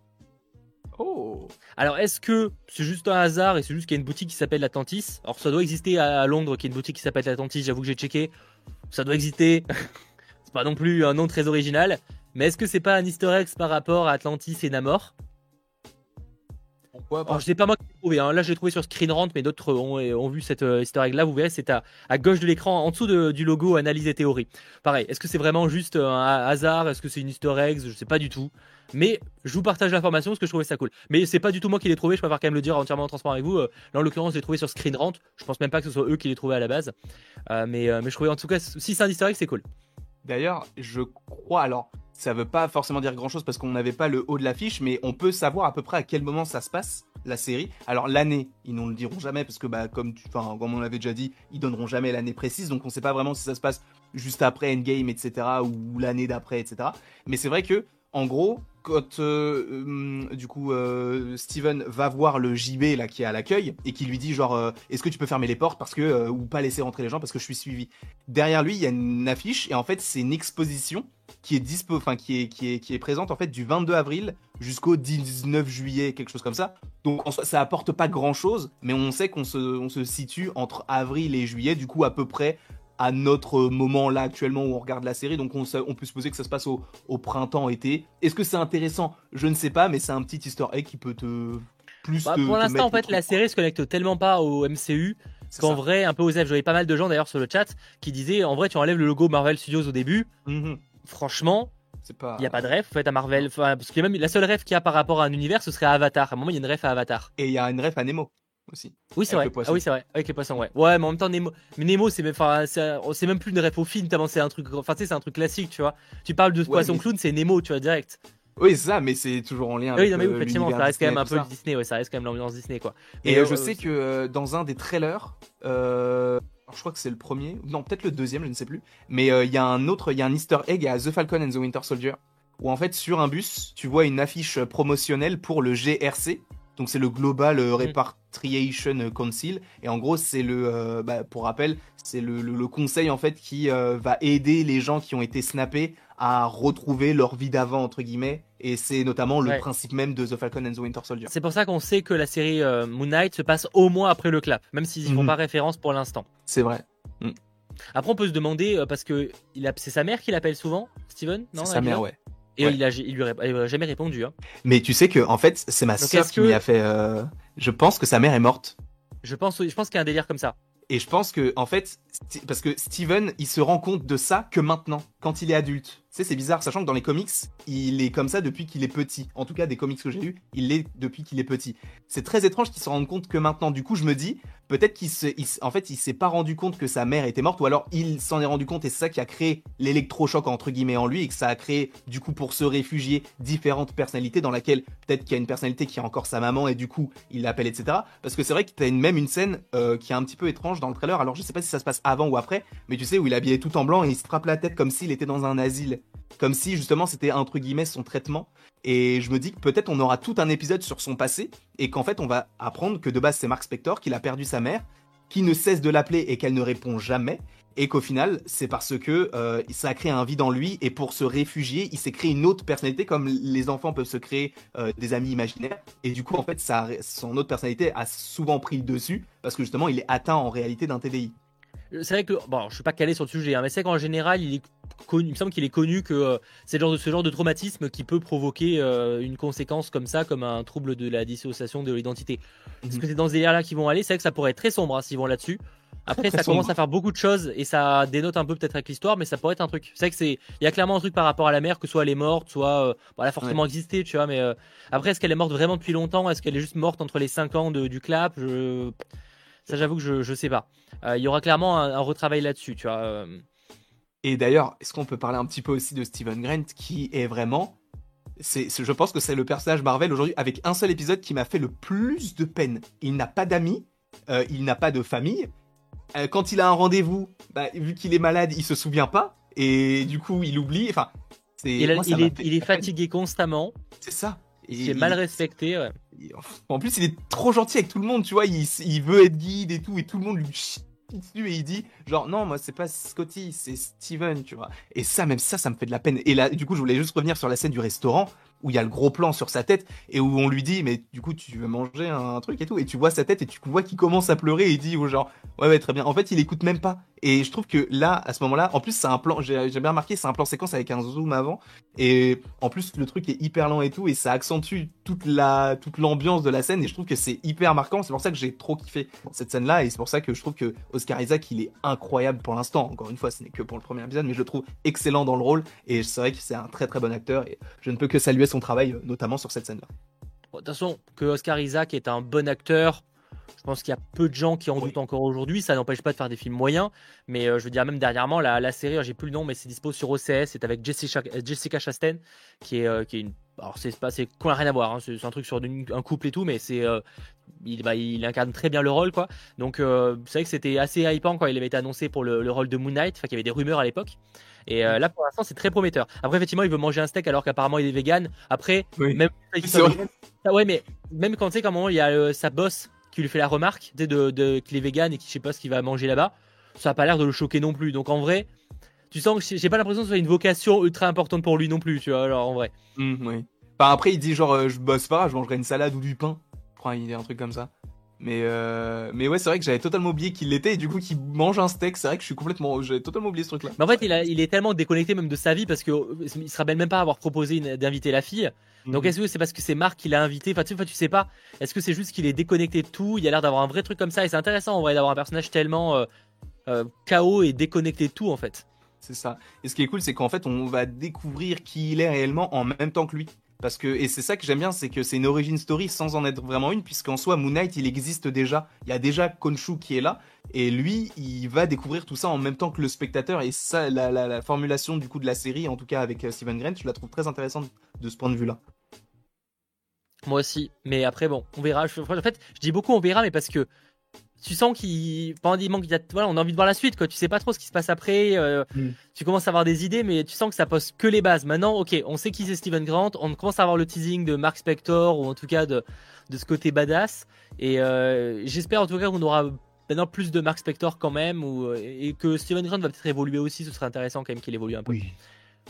S2: Oh.
S1: Alors, est-ce que c'est juste un hasard et c'est juste qu'il y a une boutique qui s'appelle Atlantis? Alors, ça doit exister à, à Londres, qu'il y ait une boutique qui s'appelle Atlantis. J'avoue que j'ai checké. Ça doit exister. C'est pas non plus un nom très original. Mais est-ce que c'est pas un easter egg par rapport à Atlantis et Namor?
S2: Pourquoi pas?
S1: Alors, je sais pas moi qui l'ai trouvé. Hein. Là, je l'ai trouvé sur Screen Rant, mais d'autres ont, ont vu cette euh, easter egg là. Vous verrez, c'est à, à gauche de l'écran, en dessous de- du logo Analyse et théorie. Pareil, est-ce que c'est vraiment juste un hasard? Est-ce que c'est une easter egg? Je sais pas du tout. Mais je vous partage l'information parce que je trouvais ça cool. Mais c'est pas du tout moi qui l'ai trouvé, je préfère quand même le dire entièrement transparent avec vous. Euh, Là, en l'occurrence, je l'ai trouvé sur Screen Rant. Je pense même pas que ce soit eux qui l'aient trouvé à la base. Euh, mais, euh, mais je trouvais en tout cas, si c'est un easter egg, c'est cool.
S2: D'ailleurs, je crois, alors, ça veut pas forcément dire grand chose parce qu'on n'avait pas le haut de l'affiche, mais on peut savoir à peu près à quel moment ça se passe, la série. Alors, l'année, ils ne le diront jamais parce que, bah, comme, tu, enfin, comme on l'avait déjà dit, ils donneront jamais l'année précise, donc on sait pas vraiment si ça se passe juste après Endgame, et cetera, ou l'année d'après, et cetera. Mais c'est vrai que, en gros, quand euh, euh, du coup euh, Steven va voir le J B là qui est à l'accueil et qui lui dit genre euh, est-ce que tu peux fermer les portes parce que euh, ou pas laisser rentrer les gens parce que je suis suivi. Derrière lui il y a une affiche et en fait c'est une exposition qui est dispo, enfin qui est qui est qui est présente en fait du vingt-deux avril jusqu'au dix-neuf juillet, quelque chose comme ça. Donc en soi, ça apporte pas grand chose, mais on sait qu'on se on se situe entre avril et juillet, du coup à peu près à notre moment là actuellement où on regarde la série, donc on, on peut supposer que ça se passe au, au printemps-été. Est-ce que c'est intéressant? Je ne sais pas, mais c'est un petit easter egg qui peut te plus
S1: Bah,
S2: te,
S1: pour
S2: te
S1: l'instant,
S2: mettre
S1: en fait,
S2: le
S1: la
S2: truc,
S1: série se connecte tellement pas au M C U
S2: c'est
S1: qu'en
S2: ça.
S1: vrai, un peu aux F, j'avais pas mal de gens d'ailleurs sur le chat qui disaient en vrai, tu enlèves le logo Marvel Studios au début.
S2: Mhm.
S1: Franchement,
S2: C'est pas.
S1: il n'y a pas de ref en fait à Marvel. Enfin, parce que même la seule ref qu'il y a par rapport à un univers, ce serait à Avatar. À un moment, il y a une ref à Avatar.
S2: Et il y a une ref à Nemo. aussi.
S1: Oui, c'est
S2: Avec
S1: vrai.
S2: le
S1: Ah oui, c'est vrai. Avec les poissons, ouais. Ouais, mais en même temps, Nemo, mais Nemo, c'est même, enfin, c'est c'est même plus une ref au film, tellement c'est un truc, enfin, tu sais, c'est un truc classique, tu vois. Tu parles de ce
S2: Ouais,
S1: poisson
S2: mais
S1: clown, c'est Nemo, tu vois, direct.
S2: oui, c'est ça, mais c'est toujours en lien
S1: Ah oui,
S2: avec
S1: non, mais oui,
S2: euh,
S1: effectivement,
S2: l'univers
S1: ça reste quand
S2: Disney
S1: même
S2: et
S1: un
S2: tout
S1: peu
S2: ça.
S1: Disney, ouais, ça reste quand même l'ambiance Disney, quoi.
S2: Et
S1: Mais
S2: euh, je
S1: euh,
S2: sais que euh, dans un des trailers, euh, alors je crois que c'est le premier, non peut-être le deuxième, je ne sais plus, mais euh, il y a un autre, il y a un Easter egg à The Falcon and the Winter Soldier, où en fait sur un bus, tu vois une affiche promotionnelle pour le G R C, donc c'est le Global euh,
S1: mm,
S2: Repatriation Council, et en gros c'est le, euh, bah, pour rappel, c'est le, le- le conseil en fait qui euh, va aider les gens qui ont été snappés à retrouver leur vie d'avant entre guillemets, et c'est notamment le
S1: ouais.
S2: principe même de The Falcon and the Winter Soldier.
S1: C'est pour ça qu'on sait que la série euh, Moon Knight se passe au moins après le clap, même s'ils y font
S2: Mhm,
S1: pas référence pour l'instant.
S2: c'est vrai. Mm.
S1: Après, on peut se demander, euh, parce que il a... c'est sa mère qui l'appelle souvent, Steven, non,
S2: C'est
S1: dans
S2: sa mère,
S1: l'épisode.
S2: ouais.
S1: Et euh,
S2: Ouais.
S1: il, a... il lui a... il lui a jamais répondu. Hein.
S2: Mais tu sais que en fait, c'est ma
S1: Donc
S2: sœur
S1: est-ce
S2: qui m'y
S1: que.
S2: a fait. euh, Je pense que sa mère est morte.
S1: Je pense, je pense qu'il y a un délire comme ça.
S2: Et je pense que en fait, Sti- parce que Steven, il se rend compte de ça que maintenant, quand il est adulte. Tu sais, c'est bizarre, sachant que dans les comics, il est comme ça depuis qu'il est petit. En tout cas, des comics que j'ai lus, il l'est depuis qu'il est petit. C'est très étrange qu'il se rende compte que maintenant. Du coup, je me dis, peut-être qu'il se, il s- en fait, il s'est pas rendu compte que sa mère était morte, ou alors il s'en est rendu compte et c'est ça qui a créé l'électrochoc entre guillemets en lui et que ça a créé, du coup, pour se réfugier, différentes personnalités dans laquelle peut-être qu'il y a une personnalité qui est encore sa maman et du coup, il l'appelle, et cetera. Parce que c'est vrai que t'as une, même une scène euh, qui est un petit peu étrange dans le trailer. Alors, je sais pas si ça se passe avant ou après, mais tu sais où il est habillé tout en blanc et il se frappe la tête comme s'il était dans un asile, comme si justement c'était entre guillemets son traitement. Et je me dis que peut-être on aura tout un épisode sur son passé et qu'en fait on va apprendre que de base c'est Mark Spector, qu'il a perdu sa mère, qui ne cesse de l'appeler et qu'elle ne répond jamais, et qu'au final c'est parce que euh, ça a créé un vide en lui et pour se réfugier il s'est créé une autre personnalité comme les enfants peuvent se créer euh, des amis imaginaires, et du coup en fait ça, son autre personnalité a souvent pris le dessus parce que justement il est atteint en réalité d'un T D I.
S1: C'est vrai que, bon, je suis pas calé sur le sujet, hein, mais c'est qu'en général, il est connu, il me semble qu'il est connu que euh, c'est le genre de, ce genre de traumatisme qui peut provoquer euh, une conséquence comme ça, comme un trouble de la dissociation de l'identité. Est-ce
S2: Mhm.
S1: que c'est dans ce délire-là qu'ils vont aller? C'est vrai que ça pourrait être très sombre hein, s'ils vont là-dessus. Après,
S2: Très
S1: ça commence
S2: sombre.
S1: à faire beaucoup de choses et ça dénote un peu peut-être avec l'histoire, mais ça pourrait être un truc. C'est vrai que c'est, il y a clairement un truc par rapport à la mère, que soit elle est morte, soit, euh, bon, elle a forcément
S2: Ouais.
S1: existé, tu vois, mais euh, après, est-ce qu'elle est morte vraiment depuis longtemps? Est-ce qu'elle est juste morte entre les cinq ans de- du clap? Je... Ça, j'avoue que je, je sais pas. Euh, Il y aura clairement un, un retravail là-dessus, tu vois. euh.
S2: Et d'ailleurs, est-ce qu'on peut parler un petit peu aussi de Steven Grant qui est vraiment, c'est, c'est- je pense que c'est le personnage Marvel aujourd'hui avec un seul épisode qui m'a fait le plus de peine. Il n'a pas d'amis, euh, il n'a pas de famille. Euh, quand il a un rendez-vous, bah, vu qu'il est malade, il se souvient pas et du coup il oublie. Enfin, c'est
S1: Il, a-
S2: moi ça
S1: il
S2: m'a
S1: est,
S2: fait
S1: il est
S2: de la peine.
S1: fatigué constamment,
S2: C'est ça. Et
S1: il est mal
S2: il-
S1: respecté. Ouais.
S2: il- en plus, il est trop gentil avec tout le monde, tu vois. Il, il veut être guide et tout, et tout le monde lui chie dessus et il dit genre non, moi c'est pas Scotty, c'est Steven, tu vois. Et ça, même ça, ça me fait de la peine. Et là, du coup, je voulais juste revenir sur la scène du restaurant où il y a le gros plan sur sa tête et où on lui dit mais du coup tu veux manger un truc et tout, et tu vois sa tête et tu vois qu'il commence à pleurer et il dit oh, genre ouais ouais très bien. En fait, il écoute même pas. Et je trouve que là, à ce moment-là, en plus c'est un plan, j'ai j'ai bien remarqué, c'est un plan séquence avec un zoom avant. Et en plus, le truc est hyper lent et tout, et ça accentue toute la toute l'ambiance de la scène. Et je trouve que c'est hyper marquant. C'est pour ça que j'ai trop kiffé cette scène-là, et c'est pour ça que je trouve que Oscar Isaac, il est incroyable pour l'instant. Encore une fois, ce n'est que pour le premier épisode, mais je le trouve excellent dans le rôle. Et c'est vrai que c'est un très très bon acteur, et je ne peux que saluer son travail, notamment sur cette scène-là.
S1: Bon, de toute façon, que Oscar Isaac est un bon acteur, je pense qu'il y a peu de gens qui en
S2: Oui.
S1: doutent encore aujourd'hui. Ça n'empêche pas de faire des films moyens. Mais euh, je veux dire, même dernièrement, la, la série, j'ai plus le nom, mais c'est dispo sur O C S. C'est avec Jessica, Jessica Chastain, qui est, euh, qui est une. Alors, c'est pas, c'est qu'on a rien à voir. Hein, c'est c'est un truc sur une- un couple et tout, mais c'est. euh, il, bah, il incarne très bien le rôle, quoi. Donc, euh, c'est vrai que c'était assez hypant quand il avait été annoncé pour le, le rôle de Moon Knight. Enfin, qu'il y avait des rumeurs à l'époque. Et euh, là, pour l'instant, c'est très prometteur. Après, effectivement, il veut manger un steak alors qu'apparemment, il est vegan. Après,
S2: Oui.
S1: même.
S2: C'est vrai.
S1: Ah ouais, mais même quand tu sais, qu'à un moment, il y a euh, sa boss qui lui fait la remarque tu sais, de, de, qu'il est vegan et qu'il sait pas ce qu'il va manger là-bas, ça a pas l'air de le choquer non plus. Donc en vrai, tu sens que j'ai j'ai pas l'impression que ce soit une vocation ultra importante pour lui non plus, tu vois, alors en vrai.
S2: Mm, oui. Enfin, après, il dit genre, euh, je bosse pas, je mangerai une salade ou du pain. Je crois, il dit un truc comme ça. Mais, euh... mais ouais, c'est vrai que j'avais totalement oublié qu'il l'était, et du coup, qu'il mange un steak, c'est vrai que je suis complètement. J'avais totalement oublié ce truc-là.
S1: Mais en fait, il, a, il est tellement déconnecté même de sa vie parce qu'il se rappelle même pas avoir proposé une- d'inviter la fille. Donc
S2: Mhm.
S1: est-ce que c'est parce que c'est Marc qui l'a invité? Enfin tu, enfin, tu sais pas. Est-ce que c'est juste qu'il est déconnecté de tout? Il a l'air d'avoir un vrai truc comme ça et c'est intéressant en vrai d'avoir un personnage tellement euh, euh, K O et déconnecté de tout en fait.
S2: C'est ça. Et ce qui est cool, c'est qu'en fait, on va découvrir qui il est réellement en même temps que lui. parce que et c'est ça que j'aime bien, c'est que c'est une origin story sans en être vraiment une, puisqu'en soi Moon Knight il existe déjà, il y a déjà Khonshu qui est là et lui il va découvrir tout ça en même temps que le spectateur, et ça la, la, la formulation du coup de la série, en tout cas avec euh, Stephen Grant, je la trouve très intéressante de ce point de vue là.
S1: Moi aussi, mais après bon, on verra. Je- en fait, je dis beaucoup on verra, mais parce que tu sens qu'il pendant il manque, il y a- voilà, on a envie de voir la suite, quoi. Tu sais pas trop ce qui se passe après. euh,
S2: Mm.
S1: Tu commences à avoir des idées, mais tu sens que ça pose que les bases. Maintenant, ok, on sait qui c'est Steven Grant. On commence à avoir le teasing de Mark Spector, ou en tout cas de de ce côté badass. Et euh, j'espère en tout cas qu'on aura maintenant plus de Mark Spector quand même, ou et que Steven Grant va peut-être évoluer aussi. Ce serait intéressant quand même qu'il évolue un peu.
S2: Oui,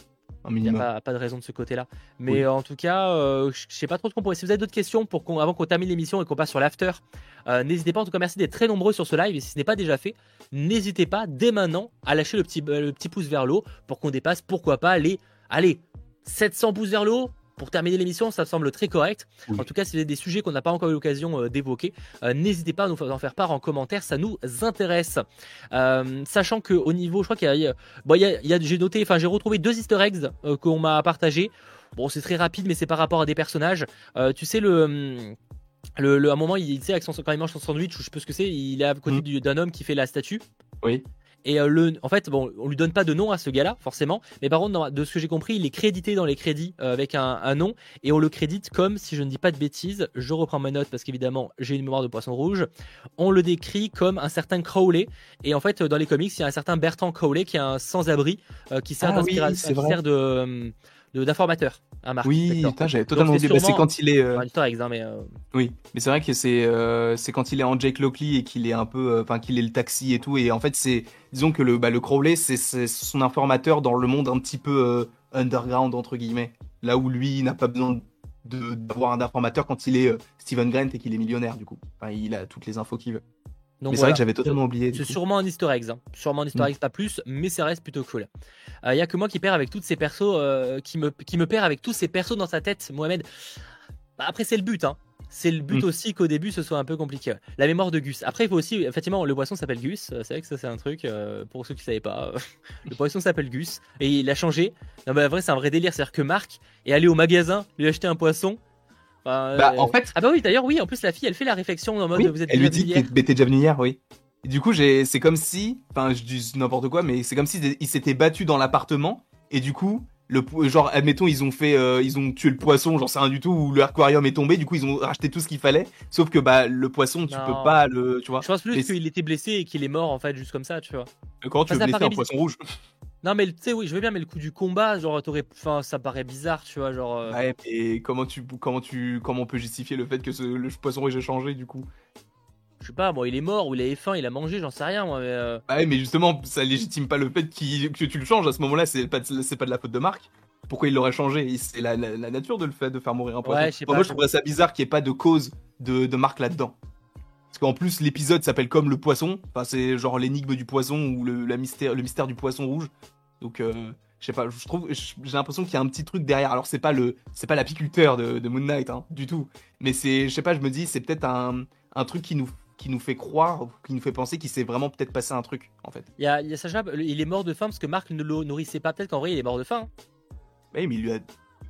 S2: un
S1: Il n'y a
S2: minimum.
S1: pas, pas de raison de ce côté-là. Mais
S2: Oui.
S1: euh, en tout cas, euh, je je sais pas trop ce qu'on pourrait. Si vous avez d'autres questions pour qu'on, avant qu'on termine l'émission et qu'on passe sur l'after, euh, n'hésitez pas. En tout cas, merci d'être très nombreux sur ce live. Et si ce n'est pas déjà fait, n'hésitez pas dès maintenant à lâcher le petit, euh, le petit pouce vers le haut pour qu'on dépasse, pourquoi pas, les allez, sept cents pouces vers le haut. Pour terminer l'émission, ça me semble très correct.
S2: Oui.
S1: En tout cas, si vous avez des sujets qu'on n'a pas encore eu l'occasion euh, d'évoquer, euh, n'hésitez pas à nous fa- en faire part en commentaire, ça nous intéresse. Euh, sachant que au niveau, je crois qu'il y a, bon, il y a, il y a- j'ai noté, enfin, j'ai retrouvé deux Easter eggs euh, qu'on m'a partagé. Bon, c'est très rapide, mais c'est par rapport à des personnages. Euh, tu sais le hum, le, le- à un moment, il, tu sais, avec son, quand il mange son sandwich, ou je sais pas ce que c'est, il est à côté
S2: Mm.
S1: du- d'un homme qui fait la statue.
S2: Oui.
S1: Et euh, le, en fait, bon, on lui donne pas de nom à ce gars-là, forcément. Mais par contre, dans- de ce que j'ai compris, il est crédité dans les crédits euh, avec un, un nom. Et on le crédite comme, si je ne dis pas de bêtises, je reprends ma note parce qu'évidemment, j'ai une mémoire de poisson rouge. On le décrit comme un certain Crowley. Et en fait, dans les comics, il y a un certain Bertrand Crowley qui est un sans-abri euh, qui sert
S2: Ah oui,
S1: d'inspira-
S2: c'est
S1: qui
S2: vrai.
S1: sert de, euh, de- d'informateur à Mark
S2: Oui,
S1: Spector.
S2: putain, j'avais
S1: Donc,
S2: totalement
S1: c'est
S2: oublié. Bah, c'est
S1: sûrement
S2: quand il est. euh,
S1: un Easter egg, hein, mais euh,
S2: Oui, mais c'est vrai que c'est euh, c'est quand il est en Jake Lockley et qu'il est un peu, euh, enfin qu'il est le taxi et tout, et en fait c'est, disons que le bah, le Crowley c'est c'est son informateur dans le monde un petit peu euh, underground entre guillemets, là où lui il n'a pas besoin de d'avoir un informateur quand il est euh, Steven Grant et qu'il est millionnaire du coup. Enfin il a toutes les infos qu'il veut.
S1: donc
S2: Mais c'est
S1: voilà.
S2: vrai que j'avais totalement oublié. Du
S1: C'est
S2: coup.
S1: sûrement un easter egg, hein. Sûrement un easter
S2: Mm.
S1: egg, pas plus, mais ça reste plutôt cool. Il y a que moi qui perds avec toutes ces persos, euh, qui me qui me perd avec tous ces persos dans sa tête, Mohamed. Bah, après c'est le but, hein. C'est le but
S2: Mm.
S1: aussi qu'au début ce soit un peu compliqué. La mémoire de Gus. Après il faut aussi, effectivement, le poisson s'appelle Gus. Euh, C'est vrai que ça c'est un truc euh, pour ceux qui savaient pas. Le poisson s'appelle Gus et il a changé. Non mais en vrai c'est un vrai délire, c'est-à-dire que Marc est allé au magasin lui acheter un poisson. Enfin,
S2: Bah
S1: euh,
S2: en fait,
S1: Ah bah oui d'ailleurs oui. En plus la fille elle fait la réflexion en mode
S2: oui,
S1: vous êtes
S2: elle lui
S1: déjà
S2: dit
S1: venu
S2: que t'étais déjà venu hier, oui. Et du coup j'ai, c'est comme si, enfin je dis n'importe quoi, mais c'est comme si ils s'étaient battus dans l'appartement et du coup. Le, po- genre, admettons, ils ont fait, euh, ils ont tué le poisson, j'en sais rien du tout, ou l'aquarium est tombé, du coup, ils ont racheté tout ce qu'il fallait. Sauf que, bah, le poisson, tu
S1: Non.
S2: peux pas le, tu vois.
S1: Je pense plus
S2: Mais
S1: qu'il était blessé et qu'il est mort en fait juste comme ça, tu vois.
S2: c'est- comment tu
S1: Enfin,
S2: veux
S1: ça
S2: blesser
S1: paraît
S2: un
S1: bizarre.
S2: poisson rouge?
S1: Non mais tu sais oui, je veux bien mais le coup du combat, genre t'aurais enfin ça paraît bizarre, tu vois, genre euh,
S2: Ouais, et comment tu, comment tu, comment on peut justifier le fait que ce, le poisson rouge ait changé, du coup?
S1: je sais pas, bon, il est mort ou il avait faim, il a mangé, j'en sais rien moi mais euh,
S2: Ouais, mais justement, ça légitime pas le fait qu'il- que tu le changes à ce moment-là, c'est pas, de- c'est pas de la faute de Marc. Pourquoi il l'aurait changé? C'est la, la, la nature de le fait de faire mourir un poisson.
S1: Ouais, je sais
S2: Enfin,
S1: pas,
S2: moi,
S1: je-
S2: je trouverais ça bizarre qu'il n'y ait pas de cause de, de Marc là-dedans. Parce qu'en plus, l'épisode s'appelle comme le poisson. Enfin, c'est genre l'énigme du poisson ou le, la mystère, le mystère du poisson rouge. Donc, euh, je sais pas, je trouve, j'ai l'impression qu'il y a un petit truc derrière. Alors, c'est pas le, c'est pas l'apiculteur de, de Moon Knight, hein, du tout. Mais c'est, je sais pas, je me dis, c'est peut-être un, un truc qui nous, qui nous fait croire, qui nous fait penser qu'il s'est vraiment peut-être passé un truc, en fait.
S1: il y a, il y a Sacha, il est mort de faim parce que Marc ne le nourrissait pas, peut-être qu'en vrai il est mort de faim. hein.
S2: Ouais, mais il lui a.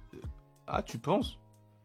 S2: Ah, tu penses?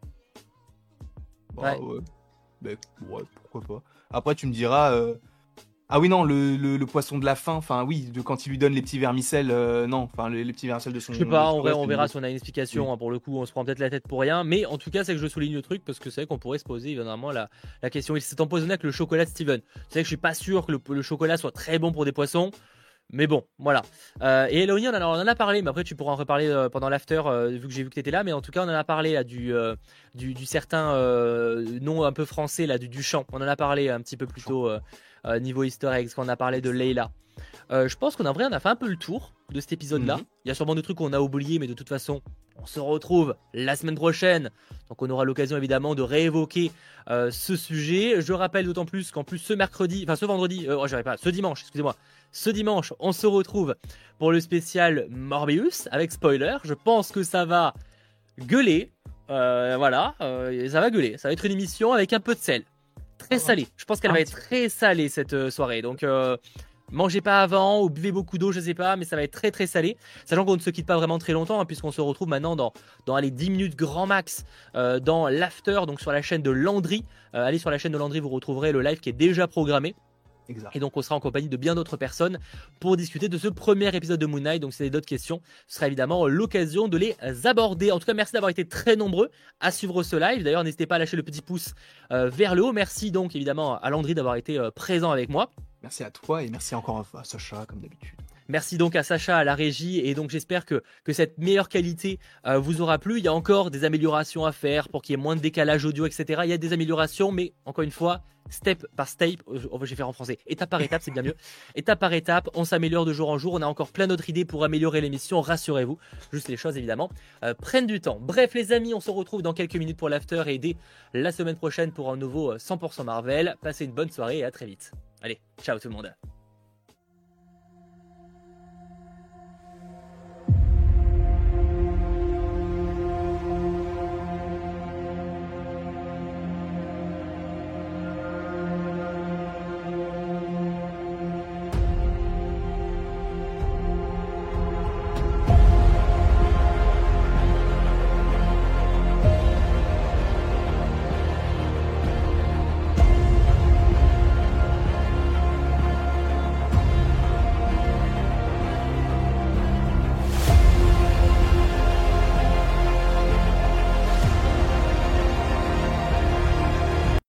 S2: Bah
S1: Ouais.
S2: ouais. Bah, ouais, pourquoi pas. Après, tu me diras. euh, Ah oui, non, le, le, le poisson de la faim, enfin oui, de, quand il lui donne les petits vermicelles, euh, non, enfin les, les petits vermicelles de son.
S1: Je sais pas,
S2: de
S1: en
S2: son
S1: vrai
S2: reste,
S1: on
S2: c'est
S1: verra
S2: une-
S1: si on a une explication,
S2: Oui.
S1: hein, pour le coup on se prend peut-être la tête pour rien, mais en tout cas c'est que je souligne le truc parce que c'est vrai qu'on pourrait se poser évidemment la, la question, il s'est empoisonné avec le chocolat de Steven. C'est vrai que je suis pas sûr que le, le chocolat soit très bon pour des poissons. Mais bon, voilà. Euh, et Elonie, on en, a, on en a parlé, mais après tu pourras en reparler euh, pendant l'after, euh, vu que j'ai vu que tu étais là. Mais en tout cas, on en a parlé là, du, euh, du, du certain euh, nom un peu français, là, du Duchamp. On en a parlé un petit peu plus tôt, euh, euh, niveau easter eggs, quand on a parlé de Leila. Euh, je pense qu'on a, vrai, on a fait un peu le tour de cet épisode-là.
S2: Mhm.
S1: Il y a sûrement des trucs qu'on a oubliés, mais de toute façon, on se retrouve la semaine prochaine. Donc on aura l'occasion évidemment de réévoquer euh, ce sujet. Je rappelle d'autant plus qu'en plus ce mercredi, enfin ce vendredi, euh, oh, j'arrive pas, ce dimanche, excusez-moi, ce dimanche, on se retrouve pour le spécial Morbius avec spoiler. Je pense que ça va gueuler, euh, voilà, euh, ça va gueuler. Ça va être une émission avec un peu de sel, très salée. Je pense qu'elle va être très salée cette euh, soirée. Donc euh, Mangez pas avant ou buvez beaucoup d'eau, je sais pas, mais ça va être très très salé. Sachant qu'on ne se quitte pas vraiment très longtemps, hein, puisqu'on se retrouve maintenant dans, dans les dix minutes grand max euh, dans l'after, donc sur la chaîne de Landry. Euh, allez sur la chaîne de Landry, vous retrouverez le live qui est déjà programmé.
S2: Exact.
S1: Et donc on sera en compagnie de bien d'autres personnes pour discuter de ce premier épisode de Moon Knight. Donc si vous avez d'autres questions, ce sera évidemment l'occasion de les aborder. En tout cas, merci d'avoir été très nombreux à suivre ce live. D'ailleurs, n'hésitez pas à lâcher le petit pouce euh, vers le haut. Merci donc évidemment à Landry d'avoir été euh, présent avec moi.
S2: Merci à toi et merci encore une fois à Sacha comme d'habitude.
S1: Merci donc à Sacha à la régie et donc j'espère que, que cette meilleure qualité euh, vous aura plu. Il y a encore des améliorations à faire pour qu'il y ait moins de décalage audio, et cetera. Il y a des améliorations, mais encore une fois, step par step, euh, je vais faire en français, étape par étape, c'est bien mieux. Étape par étape, on s'améliore de jour en jour. On a encore plein d'autres idées pour améliorer l'émission, rassurez-vous. Juste les choses évidemment euh, prennent du temps. Bref les amis, on se retrouve dans quelques minutes pour l'after et dès la semaine prochaine pour un nouveau cent pour cent Marvel. Passez une bonne soirée et à très vite. Allez, ciao tout le monde.